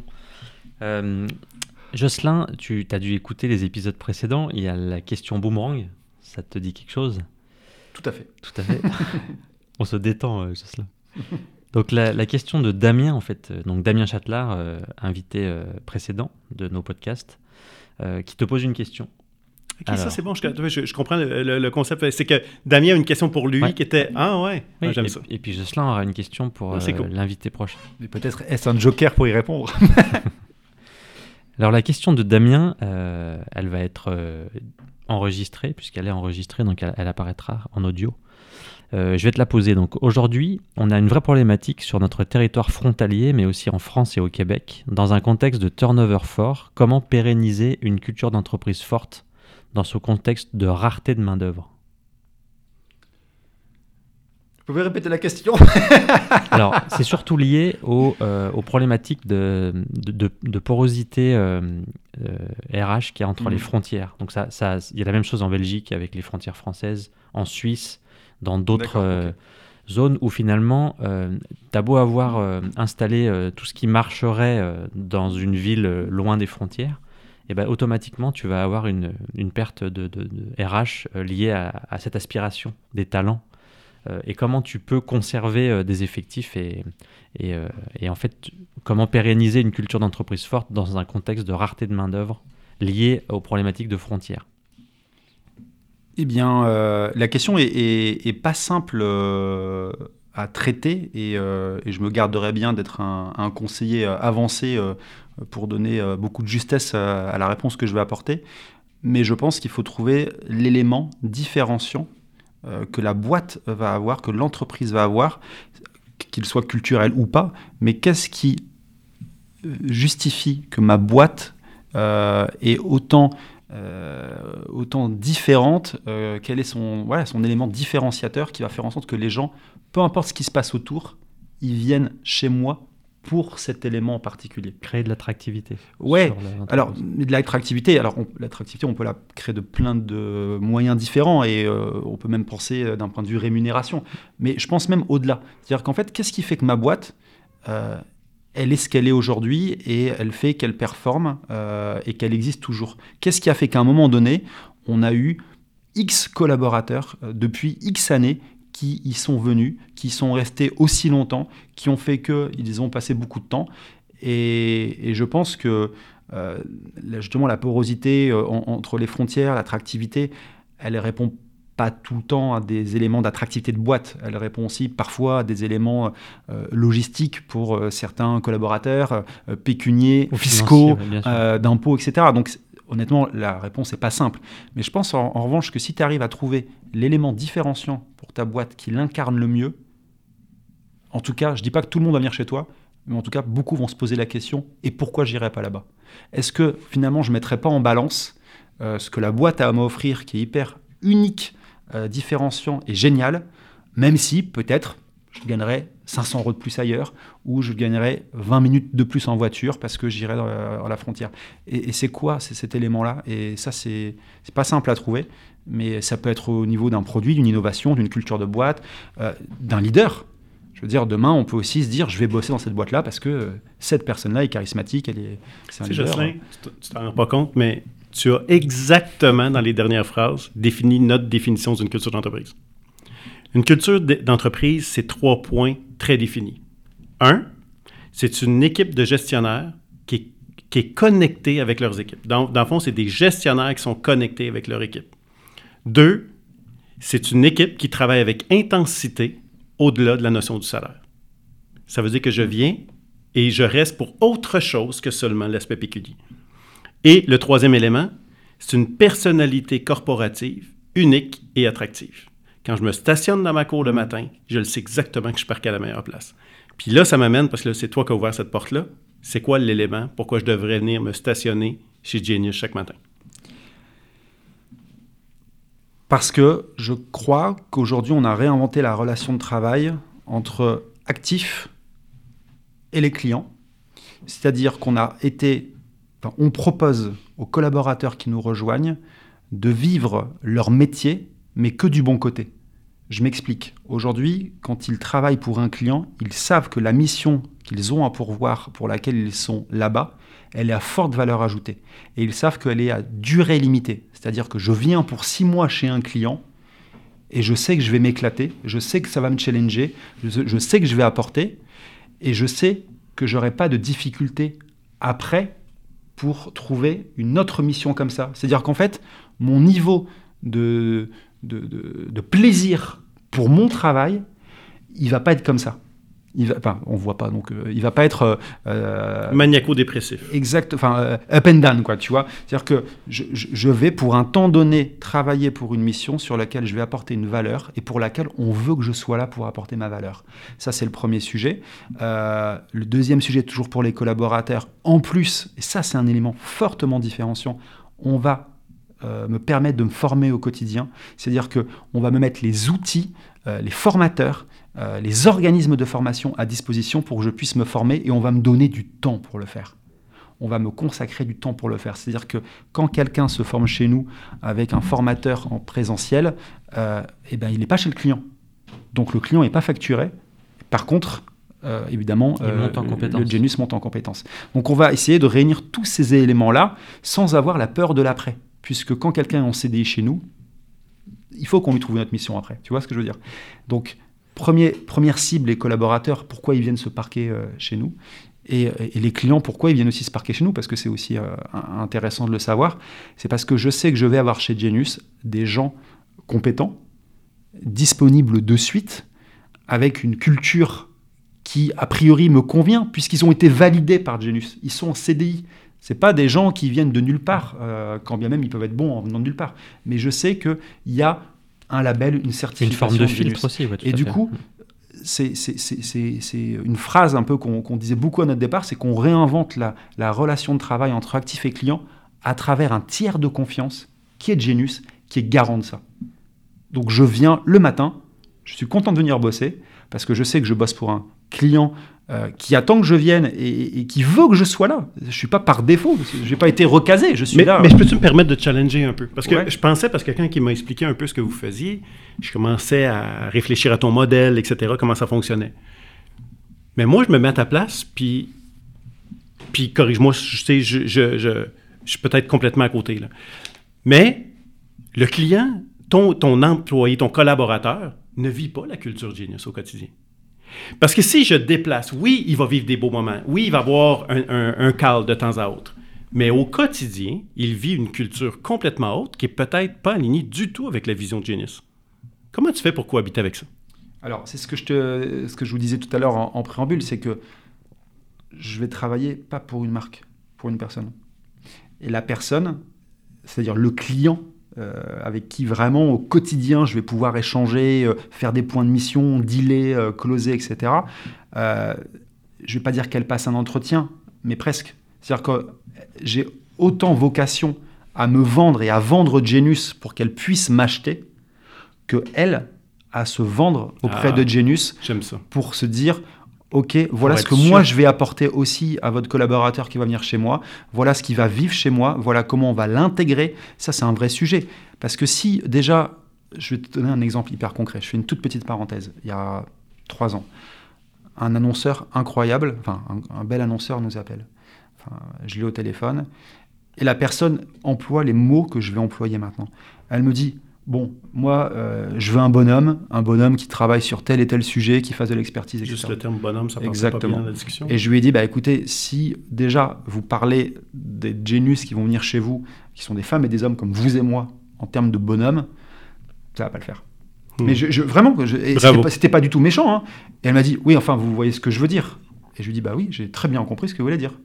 Jocelyn, tu as dû écouter les épisodes précédents. Il y a la question boomerang. Ça te dit quelque chose? Tout à fait. Tout à fait. On se détend, Jocelyn. Donc la question de Damien, en fait, donc Damien Châtelard, invité précédent de nos podcasts, qui te pose une question. Ok, alors, ça c'est bon, je comprends le concept. C'est que Damien a une question pour lui qui était « Ah ouais, oui, j'aime ça ». Et puis Jocelyn aura une question pour cool. L'invité prochain. Mais peut-être est-ce un joker pour y répondre? Alors la question de Damien, elle va être enregistrée, puisqu'elle est enregistrée, donc elle apparaîtra en audio. Je vais te la poser. Donc aujourd'hui, on a une vraie problématique sur notre territoire frontalier, mais aussi en France et au Québec. Dans un contexte de turnover fort, comment pérenniser une culture d'entreprise forte dans ce contexte de rareté de main-d'œuvre? Vous pouvez répéter la question? Alors, c'est surtout lié aux problématiques de porosité RH qu'il y a entre les frontières. Donc, il y a la même chose en Belgique avec les frontières françaises, en Suisse, dans d'autres zones où finalement, tu as beau avoir installé tout ce qui marcherait dans une ville loin des frontières, et ben, automatiquement, tu vas avoir une perte de RH liée à cette aspiration des talents. Et comment tu peux conserver des effectifs et en fait, comment pérenniser une culture d'entreprise forte dans un contexte de rareté de main-d'œuvre liée aux problématiques de frontières? Eh bien, la question est pas simple à traiter et je me garderais bien d'être un conseiller avancé pour donner beaucoup de justesse à la réponse que je vais apporter. Mais je pense qu'il faut trouver l'élément différenciant que la boîte va avoir, que l'entreprise va avoir, qu'il soit culturel ou pas, mais qu'est-ce qui justifie que ma boîte est autant différente, quel est son élément différenciateur qui va faire en sorte que les gens, peu importe ce qui se passe autour, ils viennent chez moi pour cet élément en particulier. Créer de l'attractivité. Ouais, alors de l'attractivité, l'attractivité, on peut la créer de plein de moyens différents et on peut même penser d'un point de vue rémunération. Mais je pense même au-delà. C'est-à-dire qu'en fait, qu'est-ce qui fait que ma boîte elle est ce qu'elle est aujourd'hui et elle fait qu'elle performe et qu'elle existe toujours. Qu'est-ce qui a fait qu'à un moment donné, on a eu X collaborateurs depuis X années qui y sont venus, qui sont restés aussi longtemps, qui ont fait qu'ils ont passé beaucoup de temps. Et je pense que justement la porosité entre les frontières, l'attractivité, elle répond pas tout le temps à des éléments d'attractivité de boîte. Elle répond aussi parfois à des éléments logistiques pour certains collaborateurs, pécuniers, fiscaux, d'impôts, etc. Donc honnêtement, la réponse n'est pas simple. Mais je pense en revanche que si tu arrives à trouver l'élément différenciant pour ta boîte qui l'incarne le mieux, en tout cas, je ne dis pas que tout le monde va venir chez toi, mais en tout cas, beaucoup vont se poser la question « et pourquoi j'irai pas là-bas ?» Est-ce que finalement, je ne mettrais pas en balance ce que la boîte a à m'offrir, qui est hyper unique, différenciant et génial, même si peut-être je gagnerais 500 € de plus ailleurs ou je gagnerais 20 minutes de plus en voiture parce que j'irai à la frontière. Et c'est quoi cet élément-là? Et ça, c'est pas simple à trouver, mais ça peut être au niveau d'un produit, d'une innovation, d'une culture de boîte, d'un leader. Je veux dire, demain, on peut aussi se dire, je vais bosser dans cette boîte-là parce que cette personne-là est charismatique, c'est un leader. Jocelyn, tu t'en rends pas compte, mais tu as exactement, dans les dernières phrases, défini notre définition d'une culture d'entreprise. Une culture d'entreprise, c'est 3 points très définis. 1, c'est une équipe de gestionnaires qui est connectée avec leurs équipes. Dans le fond, c'est des gestionnaires qui sont connectés avec leur équipe. 2, c'est une équipe qui travaille avec intensité au-delà de la notion du salaire. Ça veut dire que je viens et je reste pour autre chose que seulement l'aspect pécuniaire. Et le 3e élément, c'est une personnalité corporative unique et attractive. Quand je me stationne dans ma cour le matin, je le sais exactement que je parque à la meilleure place. Puis là, ça m'amène, parce que là, c'est toi qui as ouvert cette porte-là, c'est quoi l'élément? Pourquoi je devrais venir me stationner chez Genius chaque matin? Parce que je crois qu'aujourd'hui, on a réinventé la relation de travail entre actifs et les clients. C'est-à-dire on propose aux collaborateurs qui nous rejoignent de vivre leur métier, mais que du bon côté. Je m'explique. Aujourd'hui, quand ils travaillent pour un client, ils savent que la mission qu'ils ont à pourvoir, pour laquelle ils sont là-bas, elle est à forte valeur ajoutée. Et ils savent qu'elle est à durée limitée. C'est-à-dire que je viens pour 6 mois chez un client et je sais que je vais m'éclater, je sais que ça va me challenger, je sais que je vais apporter et je sais que je n'aurai pas de difficulté après pour trouver une autre mission comme ça. C'est-à-dire qu'en fait, mon niveau de plaisir pour mon travail, il ne va pas être comme ça. On ne voit pas, donc il ne va pas être... maniaco-dépressif. Exact, up and down, quoi, tu vois. C'est-à-dire que je vais, pour un temps donné, travailler pour une mission sur laquelle je vais apporter une valeur et pour laquelle on veut que je sois là pour apporter ma valeur. Ça, c'est le premier sujet. Le deuxième sujet, toujours pour les collaborateurs, en plus, et ça, c'est un élément fortement différenciant, on va me permettre de me former au quotidien. C'est-à-dire qu'on va me mettre les outils, les formateurs, les organismes de formation à disposition pour que je puisse me former et on va me donner du temps pour le faire. On va me consacrer du temps pour le faire. C'est-à-dire que quand quelqu'un se forme chez nous avec un formateur en présentiel, il n'est pas chez le client. Donc le client n'est pas facturé. Par contre, évidemment, le Genius monte en compétence. Donc on va essayer de réunir tous ces éléments-là sans avoir la peur de l'après. Puisque quand quelqu'un est en CDI chez nous, il faut qu'on lui trouve une autre mission après. Tu vois ce que je veux dire? Donc, première cible, les collaborateurs, pourquoi ils viennent se parquer chez nous? Et les clients, pourquoi ils viennent aussi se parquer chez nous? Parce que c'est aussi intéressant de le savoir. C'est parce que je sais que je vais avoir chez Genius des gens compétents, disponibles de suite, avec une culture qui, a priori, me convient, puisqu'ils ont été validés par Genius. Ils sont en CDI. Ce n'est pas des gens qui viennent de nulle part, quand bien même ils peuvent être bons en venant de nulle part. Mais je sais qu'il y a un label, une certification. Une forme de filtre aussi. Ouais, et du coup, c'est une phrase un peu qu'on disait beaucoup à notre départ, c'est qu'on réinvente la relation de travail entre actif et client à travers un tiers de confiance qui est Genius, qui est garant de ça. Donc je viens le matin, je suis content de venir bosser, parce que je sais que je bosse pour un client qui attend que je vienne et qui veut que je sois là. Je ne suis pas par défaut, je n'ai pas été recasé, je suis là. Mais je peux-tu me permettre de te challenger un peu? Parce que je pensais, parce que quelqu'un qui m'a expliqué un peu ce que vous faisiez, je commençais à réfléchir à ton modèle, etc., comment ça fonctionnait. Mais moi, je me mets à ta place, puis Puis corrige-moi, je suis peut-être complètement à côté, là. Mais le client, ton employé, ton collaborateur, ne vit pas la culture Genius au quotidien. Parce que si je déplace, oui, il va vivre des beaux moments. Oui, il va avoir un call de temps à autre. Mais au quotidien, il vit une culture complètement autre qui est peut-être pas alignée du tout avec la vision de Genius. Comment tu fais pour cohabiter avec ça? Alors, c'est ce que je vous disais tout à l'heure en préambule, c'est que je vais travailler pas pour une marque, pour une personne. Et la personne, c'est-à-dire le client, avec qui vraiment au quotidien je vais pouvoir échanger, faire des points de mission, dealer, closer, etc. Je ne vais pas dire qu'elle passe un entretien, mais presque. C'est-à-dire que j'ai autant vocation à me vendre et à vendre Genius pour qu'elle puisse m'acheter qu'elle à se vendre auprès de Genius. J'aime ça. Pour se dire, ok, voilà ce que moi je vais apporter aussi à votre collaborateur qui va venir chez moi, voilà ce qu'il va vivre chez moi, voilà comment on va l'intégrer. Ça, c'est un vrai sujet. Parce que si, déjà, je vais te donner un exemple hyper concret, je fais une toute petite parenthèse, il y a 3 ans, un annonceur incroyable, enfin un bel annonceur nous appelle. Enfin, je l'ai au téléphone, et la personne emploie les mots que je vais employer maintenant. Elle me dit, bon, moi, je veux un bonhomme qui travaille sur tel et tel sujet, qui fasse de l'expertise, etc. Juste le terme bonhomme, ça passe pas bien dans la discussion. Et je lui ai dit, bah écoutez, si déjà vous parlez des Genius qui vont venir chez vous, qui sont des femmes et des hommes comme vous et moi, en termes de bonhomme, ça va pas le faire. Mais vraiment, c'était pas du tout méchant. Hein. Et elle m'a dit, oui, enfin, vous voyez ce que je veux dire. Et je lui ai dit, bah oui, j'ai très bien compris ce que vous voulez dire.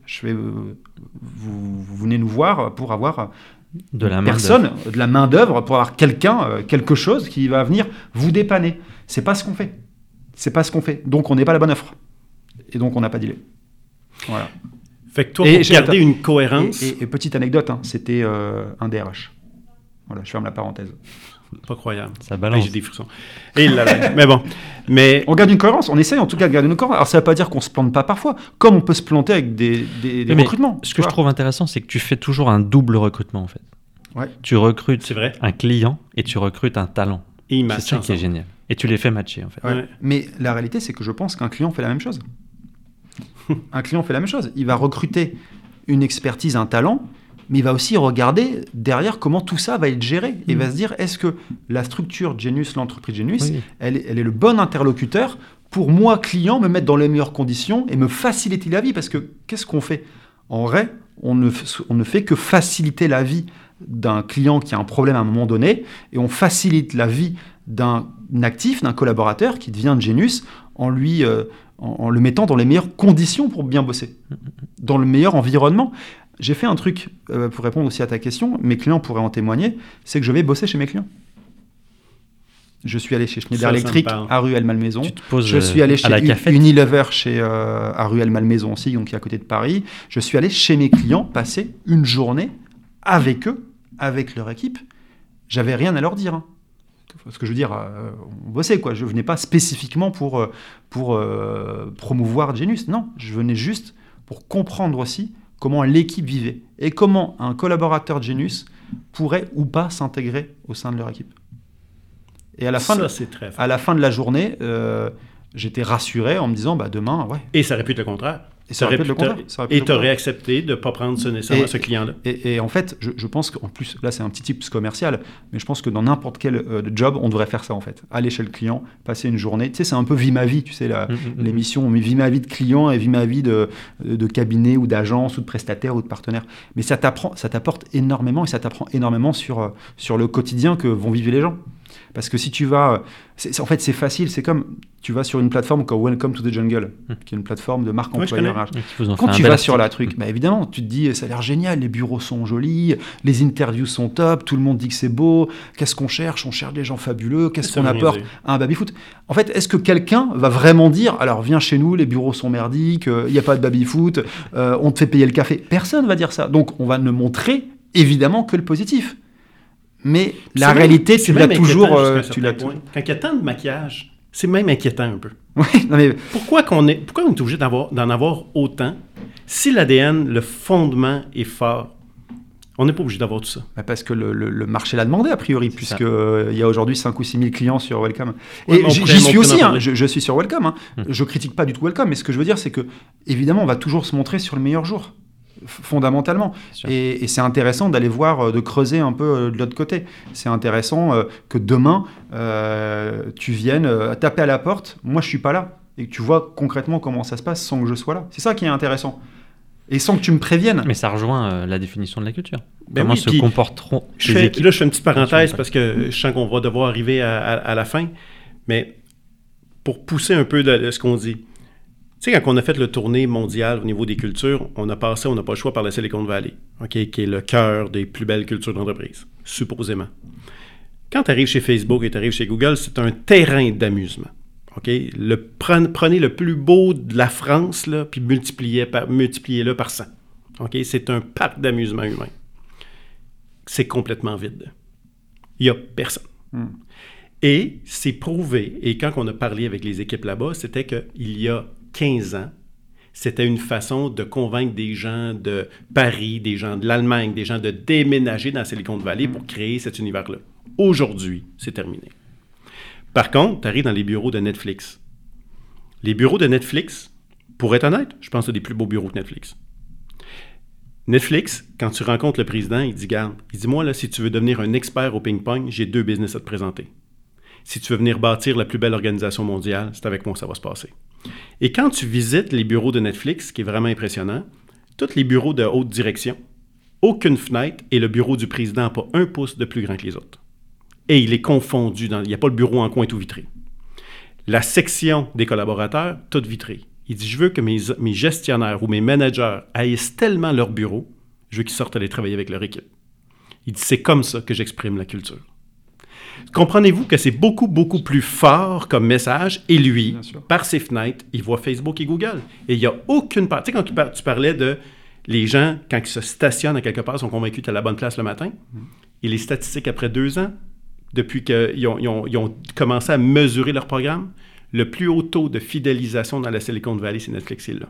Vous venez nous voir pour avoir de la main-d'œuvre, pour avoir quelqu'un, quelque chose qui va venir vous dépanner. C'est pas ce qu'on fait. C'est pas ce qu'on fait. Donc on n'est pas la bonne offre. Et donc on n'a pas dealé. Voilà. Fait que toi, pour garder une cohérence. Et petite anecdote, hein, c'était un DRH. Voilà, je ferme la parenthèse. Pas croyable. Ça balance. J'ai des frissons. Et là, mais bon. Mais on garde une cohérence. On essaye en tout cas de garder une cohérence. Alors ça ne veut pas dire qu'on se plante pas parfois, comme on peut se planter avec des recrutements. Ce que je trouve intéressant, c'est que tu fais toujours un double recrutement en fait. Ouais. Tu recrutes un client et tu recrutes un talent. Et c'est ça qui est génial. Et tu les fais matcher en fait. Ouais. Mais la réalité, c'est que je pense qu'un client fait la même chose. Un client fait la même chose. Il va recruter une expertise, un talent, mais il va aussi regarder derrière comment tout ça va être géré. Et il va se dire, est-ce que la structure Genius, l'entreprise Genius, elle est le bon interlocuteur pour moi, client, me mettre dans les meilleures conditions et me faciliter la vie? Parce que qu'est-ce qu'on fait? En vrai, on ne fait que faciliter la vie d'un client qui a un problème à un moment donné, et on facilite la vie d'un actif, d'un collaborateur qui devient Genius en le mettant dans les meilleures conditions pour bien bosser, dans le meilleur environnement. J'ai fait un truc, pour répondre aussi à ta question, mes clients pourraient en témoigner, c'est que je vais bosser chez mes clients. Je suis allé chez Schneider Electric à Ruelle-Malmaison. Je suis allé chez Unilever à Ruelle-Malmaison aussi, donc qui est à côté de Paris. Je suis allé chez mes clients passer une journée avec eux, avec leur équipe. J'avais rien à leur dire. Hein. Ce que je veux dire, on bossait quoi. Je venais pas spécifiquement pour promouvoir Genius. Non, je venais juste pour comprendre aussi comment l'équipe vivait et comment un collaborateur Genius pourrait ou pas s'intégrer au sein de leur équipe. Et à la fin, à la fin de la journée, j'étais rassuré en me disant, bah, demain, ouais. Et ça aurait pu être le contraire. Et ça aurait pu être le contraire. Et tu aurais accepté de ne pas prendre ce client-là. Et en fait, je pense qu'en plus, là, c'est un petit tips commercial, mais je pense que dans n'importe quel job, on devrait faire ça, en fait. Aller chez le client, passer une journée. Tu sais, c'est un peu Vie ma vie, tu sais, l'émission, mais Vie ma vie de client et Vie ma vie de cabinet ou d'agence ou de prestataire ou de partenaire. Mais ça t'apporte énormément et ça t'apprend énormément sur le quotidien que vont vivre les gens. Parce que si tu vas... en fait, c'est facile. C'est comme tu vas sur une plateforme comme Welcome to the Jungle, qui est une plateforme de marque employeur. Quand tu vas sur la truc, bah, évidemment, tu te dis, ça a l'air génial, les bureaux sont jolis, les interviews sont top, tout le monde dit que c'est beau, qu'est-ce qu'on cherche? On cherche des gens fabuleux, qu'est-ce qu'on apporte à un baby-foot? En fait, est-ce que quelqu'un va vraiment dire, alors viens chez nous, les bureaux sont merdiques, il n'y a pas de baby-foot, on te fait payer le café? Personne va dire ça. Donc, on va ne montrer, évidemment, que le positif. Mais la réalité, tu l'as toujours... Quand il y a tant de maquillage, c'est même inquiétant un peu. Oui, non mais... Pourquoi on est obligé d'en avoir autant si l'ADN, le fondement est fort? On n'est pas obligé d'avoir tout ça. Parce que le marché l'a demandé, a priori, puisqu'il y a aujourd'hui 5 ou 6 000 clients sur Welcome. Ouais, et j'y suis aussi, je suis sur Welcome. Hein. Je critique pas du tout Welcome, mais ce que je veux dire, c'est que, évidemment, on va toujours se montrer sur le meilleur jour, fondamentalement. Et c'est intéressant d'aller voir, de creuser un peu de l'autre côté. C'est intéressant que demain, tu viennes taper à la porte, moi je suis pas là, et que tu vois concrètement comment ça se passe sans que je sois là. C'est ça qui est intéressant. Et sans que tu me préviennes. Mais ça rejoint la définition de la culture. Ben Comment oui, se comporteront les équipes. Là, je fais une petite parenthèse parce que je sens qu'on va devoir arriver à la fin. Mais pour pousser un peu de ce qu'on dit. Tu sais, quand on a fait le tournée mondiale au niveau des cultures, on n'a pas le choix par la Silicon Valley, okay, qui est le cœur des plus belles cultures d'entreprise, supposément. Quand tu arrives chez Facebook et tu arrives chez Google, c'est un terrain d'amusement. Okay? Prenez le plus beau de la France, là, puis multipliez-le par 100. Okay? C'est un parc d'amusement humain. C'est complètement vide. Il n'y a personne. Et c'est prouvé, et quand on a parlé avec les équipes là-bas, c'était qu'il y a 15 ans, c'était une façon de convaincre des gens de Paris, des gens de l'Allemagne, des gens de déménager dans Silicon Valley pour créer cet univers-là. Aujourd'hui, c'est terminé. Par contre, tu arrives dans les bureaux de Netflix. Les bureaux de Netflix, pour être honnête, je pense que c'est des plus beaux bureaux que Netflix. Netflix, quand tu rencontres le président, il dit, garde, moi, là, si tu veux devenir un expert au ping-pong, j'ai 2 business à te présenter. Si tu veux venir bâtir la plus belle organisation mondiale, c'est avec moi que ça va se passer. Et quand tu visites les bureaux de Netflix, ce qui est vraiment impressionnant, tous les bureaux de haute direction, aucune fenêtre et le bureau du président n'a pas 1 pouce de plus grand que les autres. Et il est confondu. Il n'y a pas le bureau en coin tout vitré. La section des collaborateurs, toute vitrée. Il dit, je veux que mes gestionnaires ou mes managers haïssent tellement leur bureau, je veux qu'ils sortent aller travailler avec leur équipe. Il dit, c'est comme ça que j'exprime la culture. Comprenez-vous que c'est beaucoup, beaucoup plus fort comme message, et lui, par ses fenêtres, il voit Facebook et Google. Et il n'y a aucune part. Tu sais, quand tu parlais de les gens, quand ils se stationnent à quelque part, sont convaincus que tu es à la bonne place le matin, et les statistiques après 2 ans, depuis qu'ils ont commencé à mesurer leur programme, le plus haut taux de fidélisation dans la Silicon Valley, c'est Netflix, c'est là.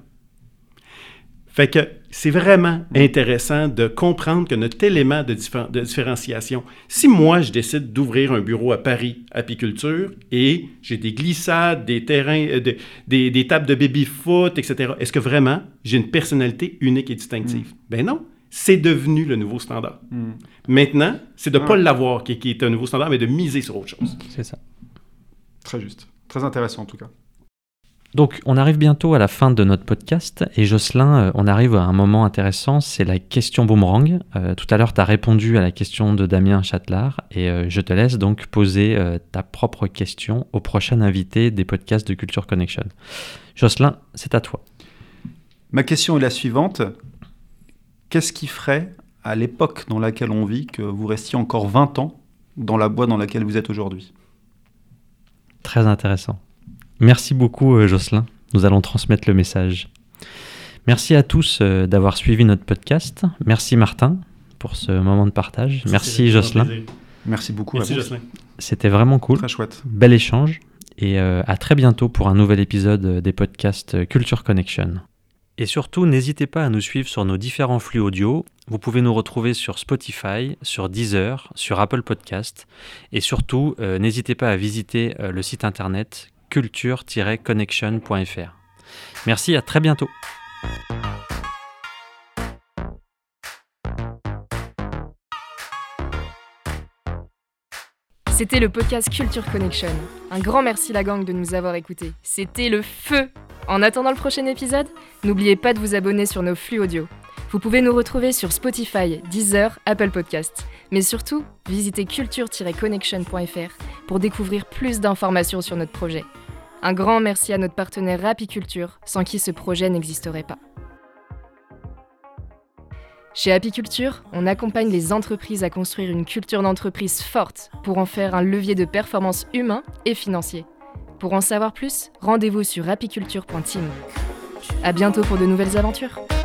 Fait que c'est vraiment intéressant de comprendre que notre élément de différenciation, si moi je décide d'ouvrir un bureau à Paris, apiculture, et j'ai des glissades, des terrains, des tables de baby-foot, etc., est-ce que vraiment j'ai une personnalité unique et distinctive? Ben non. C'est devenu le nouveau standard. Maintenant, c'est de ne pas l'avoir qui est un nouveau standard, mais de miser sur autre chose. C'est ça. Très juste. Très intéressant, en tout cas. Donc, on arrive bientôt à la fin de notre podcast. Et Jocelyn, on arrive à un moment intéressant, c'est la question boomerang. Tout à l'heure, tu as répondu à la question de Damien Châtelard. Et je te laisse donc poser ta propre question au prochain invité des podcasts de Culture Connection. Jocelyn, c'est à toi. Ma question est la suivante. Qu'est-ce qui ferait, à l'époque dans laquelle on vit, que vous restiez encore 20 ans dans la boîte dans laquelle vous êtes aujourd'hui? Très intéressant. Merci beaucoup, Jocelyn. Nous allons transmettre le message. Merci à tous d'avoir suivi notre podcast. Merci, Martin, pour ce moment de partage. Merci Jocelyn. Merci beaucoup. Merci, Jocelyn. C'était vraiment cool. Très chouette. Bel échange. Et à très bientôt pour un nouvel épisode des podcasts Culture Connection. Et surtout, n'hésitez pas à nous suivre sur nos différents flux audio. Vous pouvez nous retrouver sur Spotify, sur Deezer, sur Apple Podcast. Et surtout, n'hésitez pas à visiter le site internet culture-connection.fr. Merci, à très bientôt. C'était le podcast Culture Connection. Un grand merci la gang de nous avoir écoutés. C'était le feu! En attendant le prochain épisode, n'oubliez pas de vous abonner sur nos flux audio. Vous pouvez nous retrouver sur Spotify, Deezer, Apple Podcasts. Mais surtout, visitez culture-connection.fr pour découvrir plus d'informations sur notre projet. Un grand merci à notre partenaire Apiculture, sans qui ce projet n'existerait pas. Chez Apiculture, on accompagne les entreprises à construire une culture d'entreprise forte pour en faire un levier de performance humain et financier. Pour en savoir plus, rendez-vous sur apiculture.team. À bientôt pour de nouvelles aventures.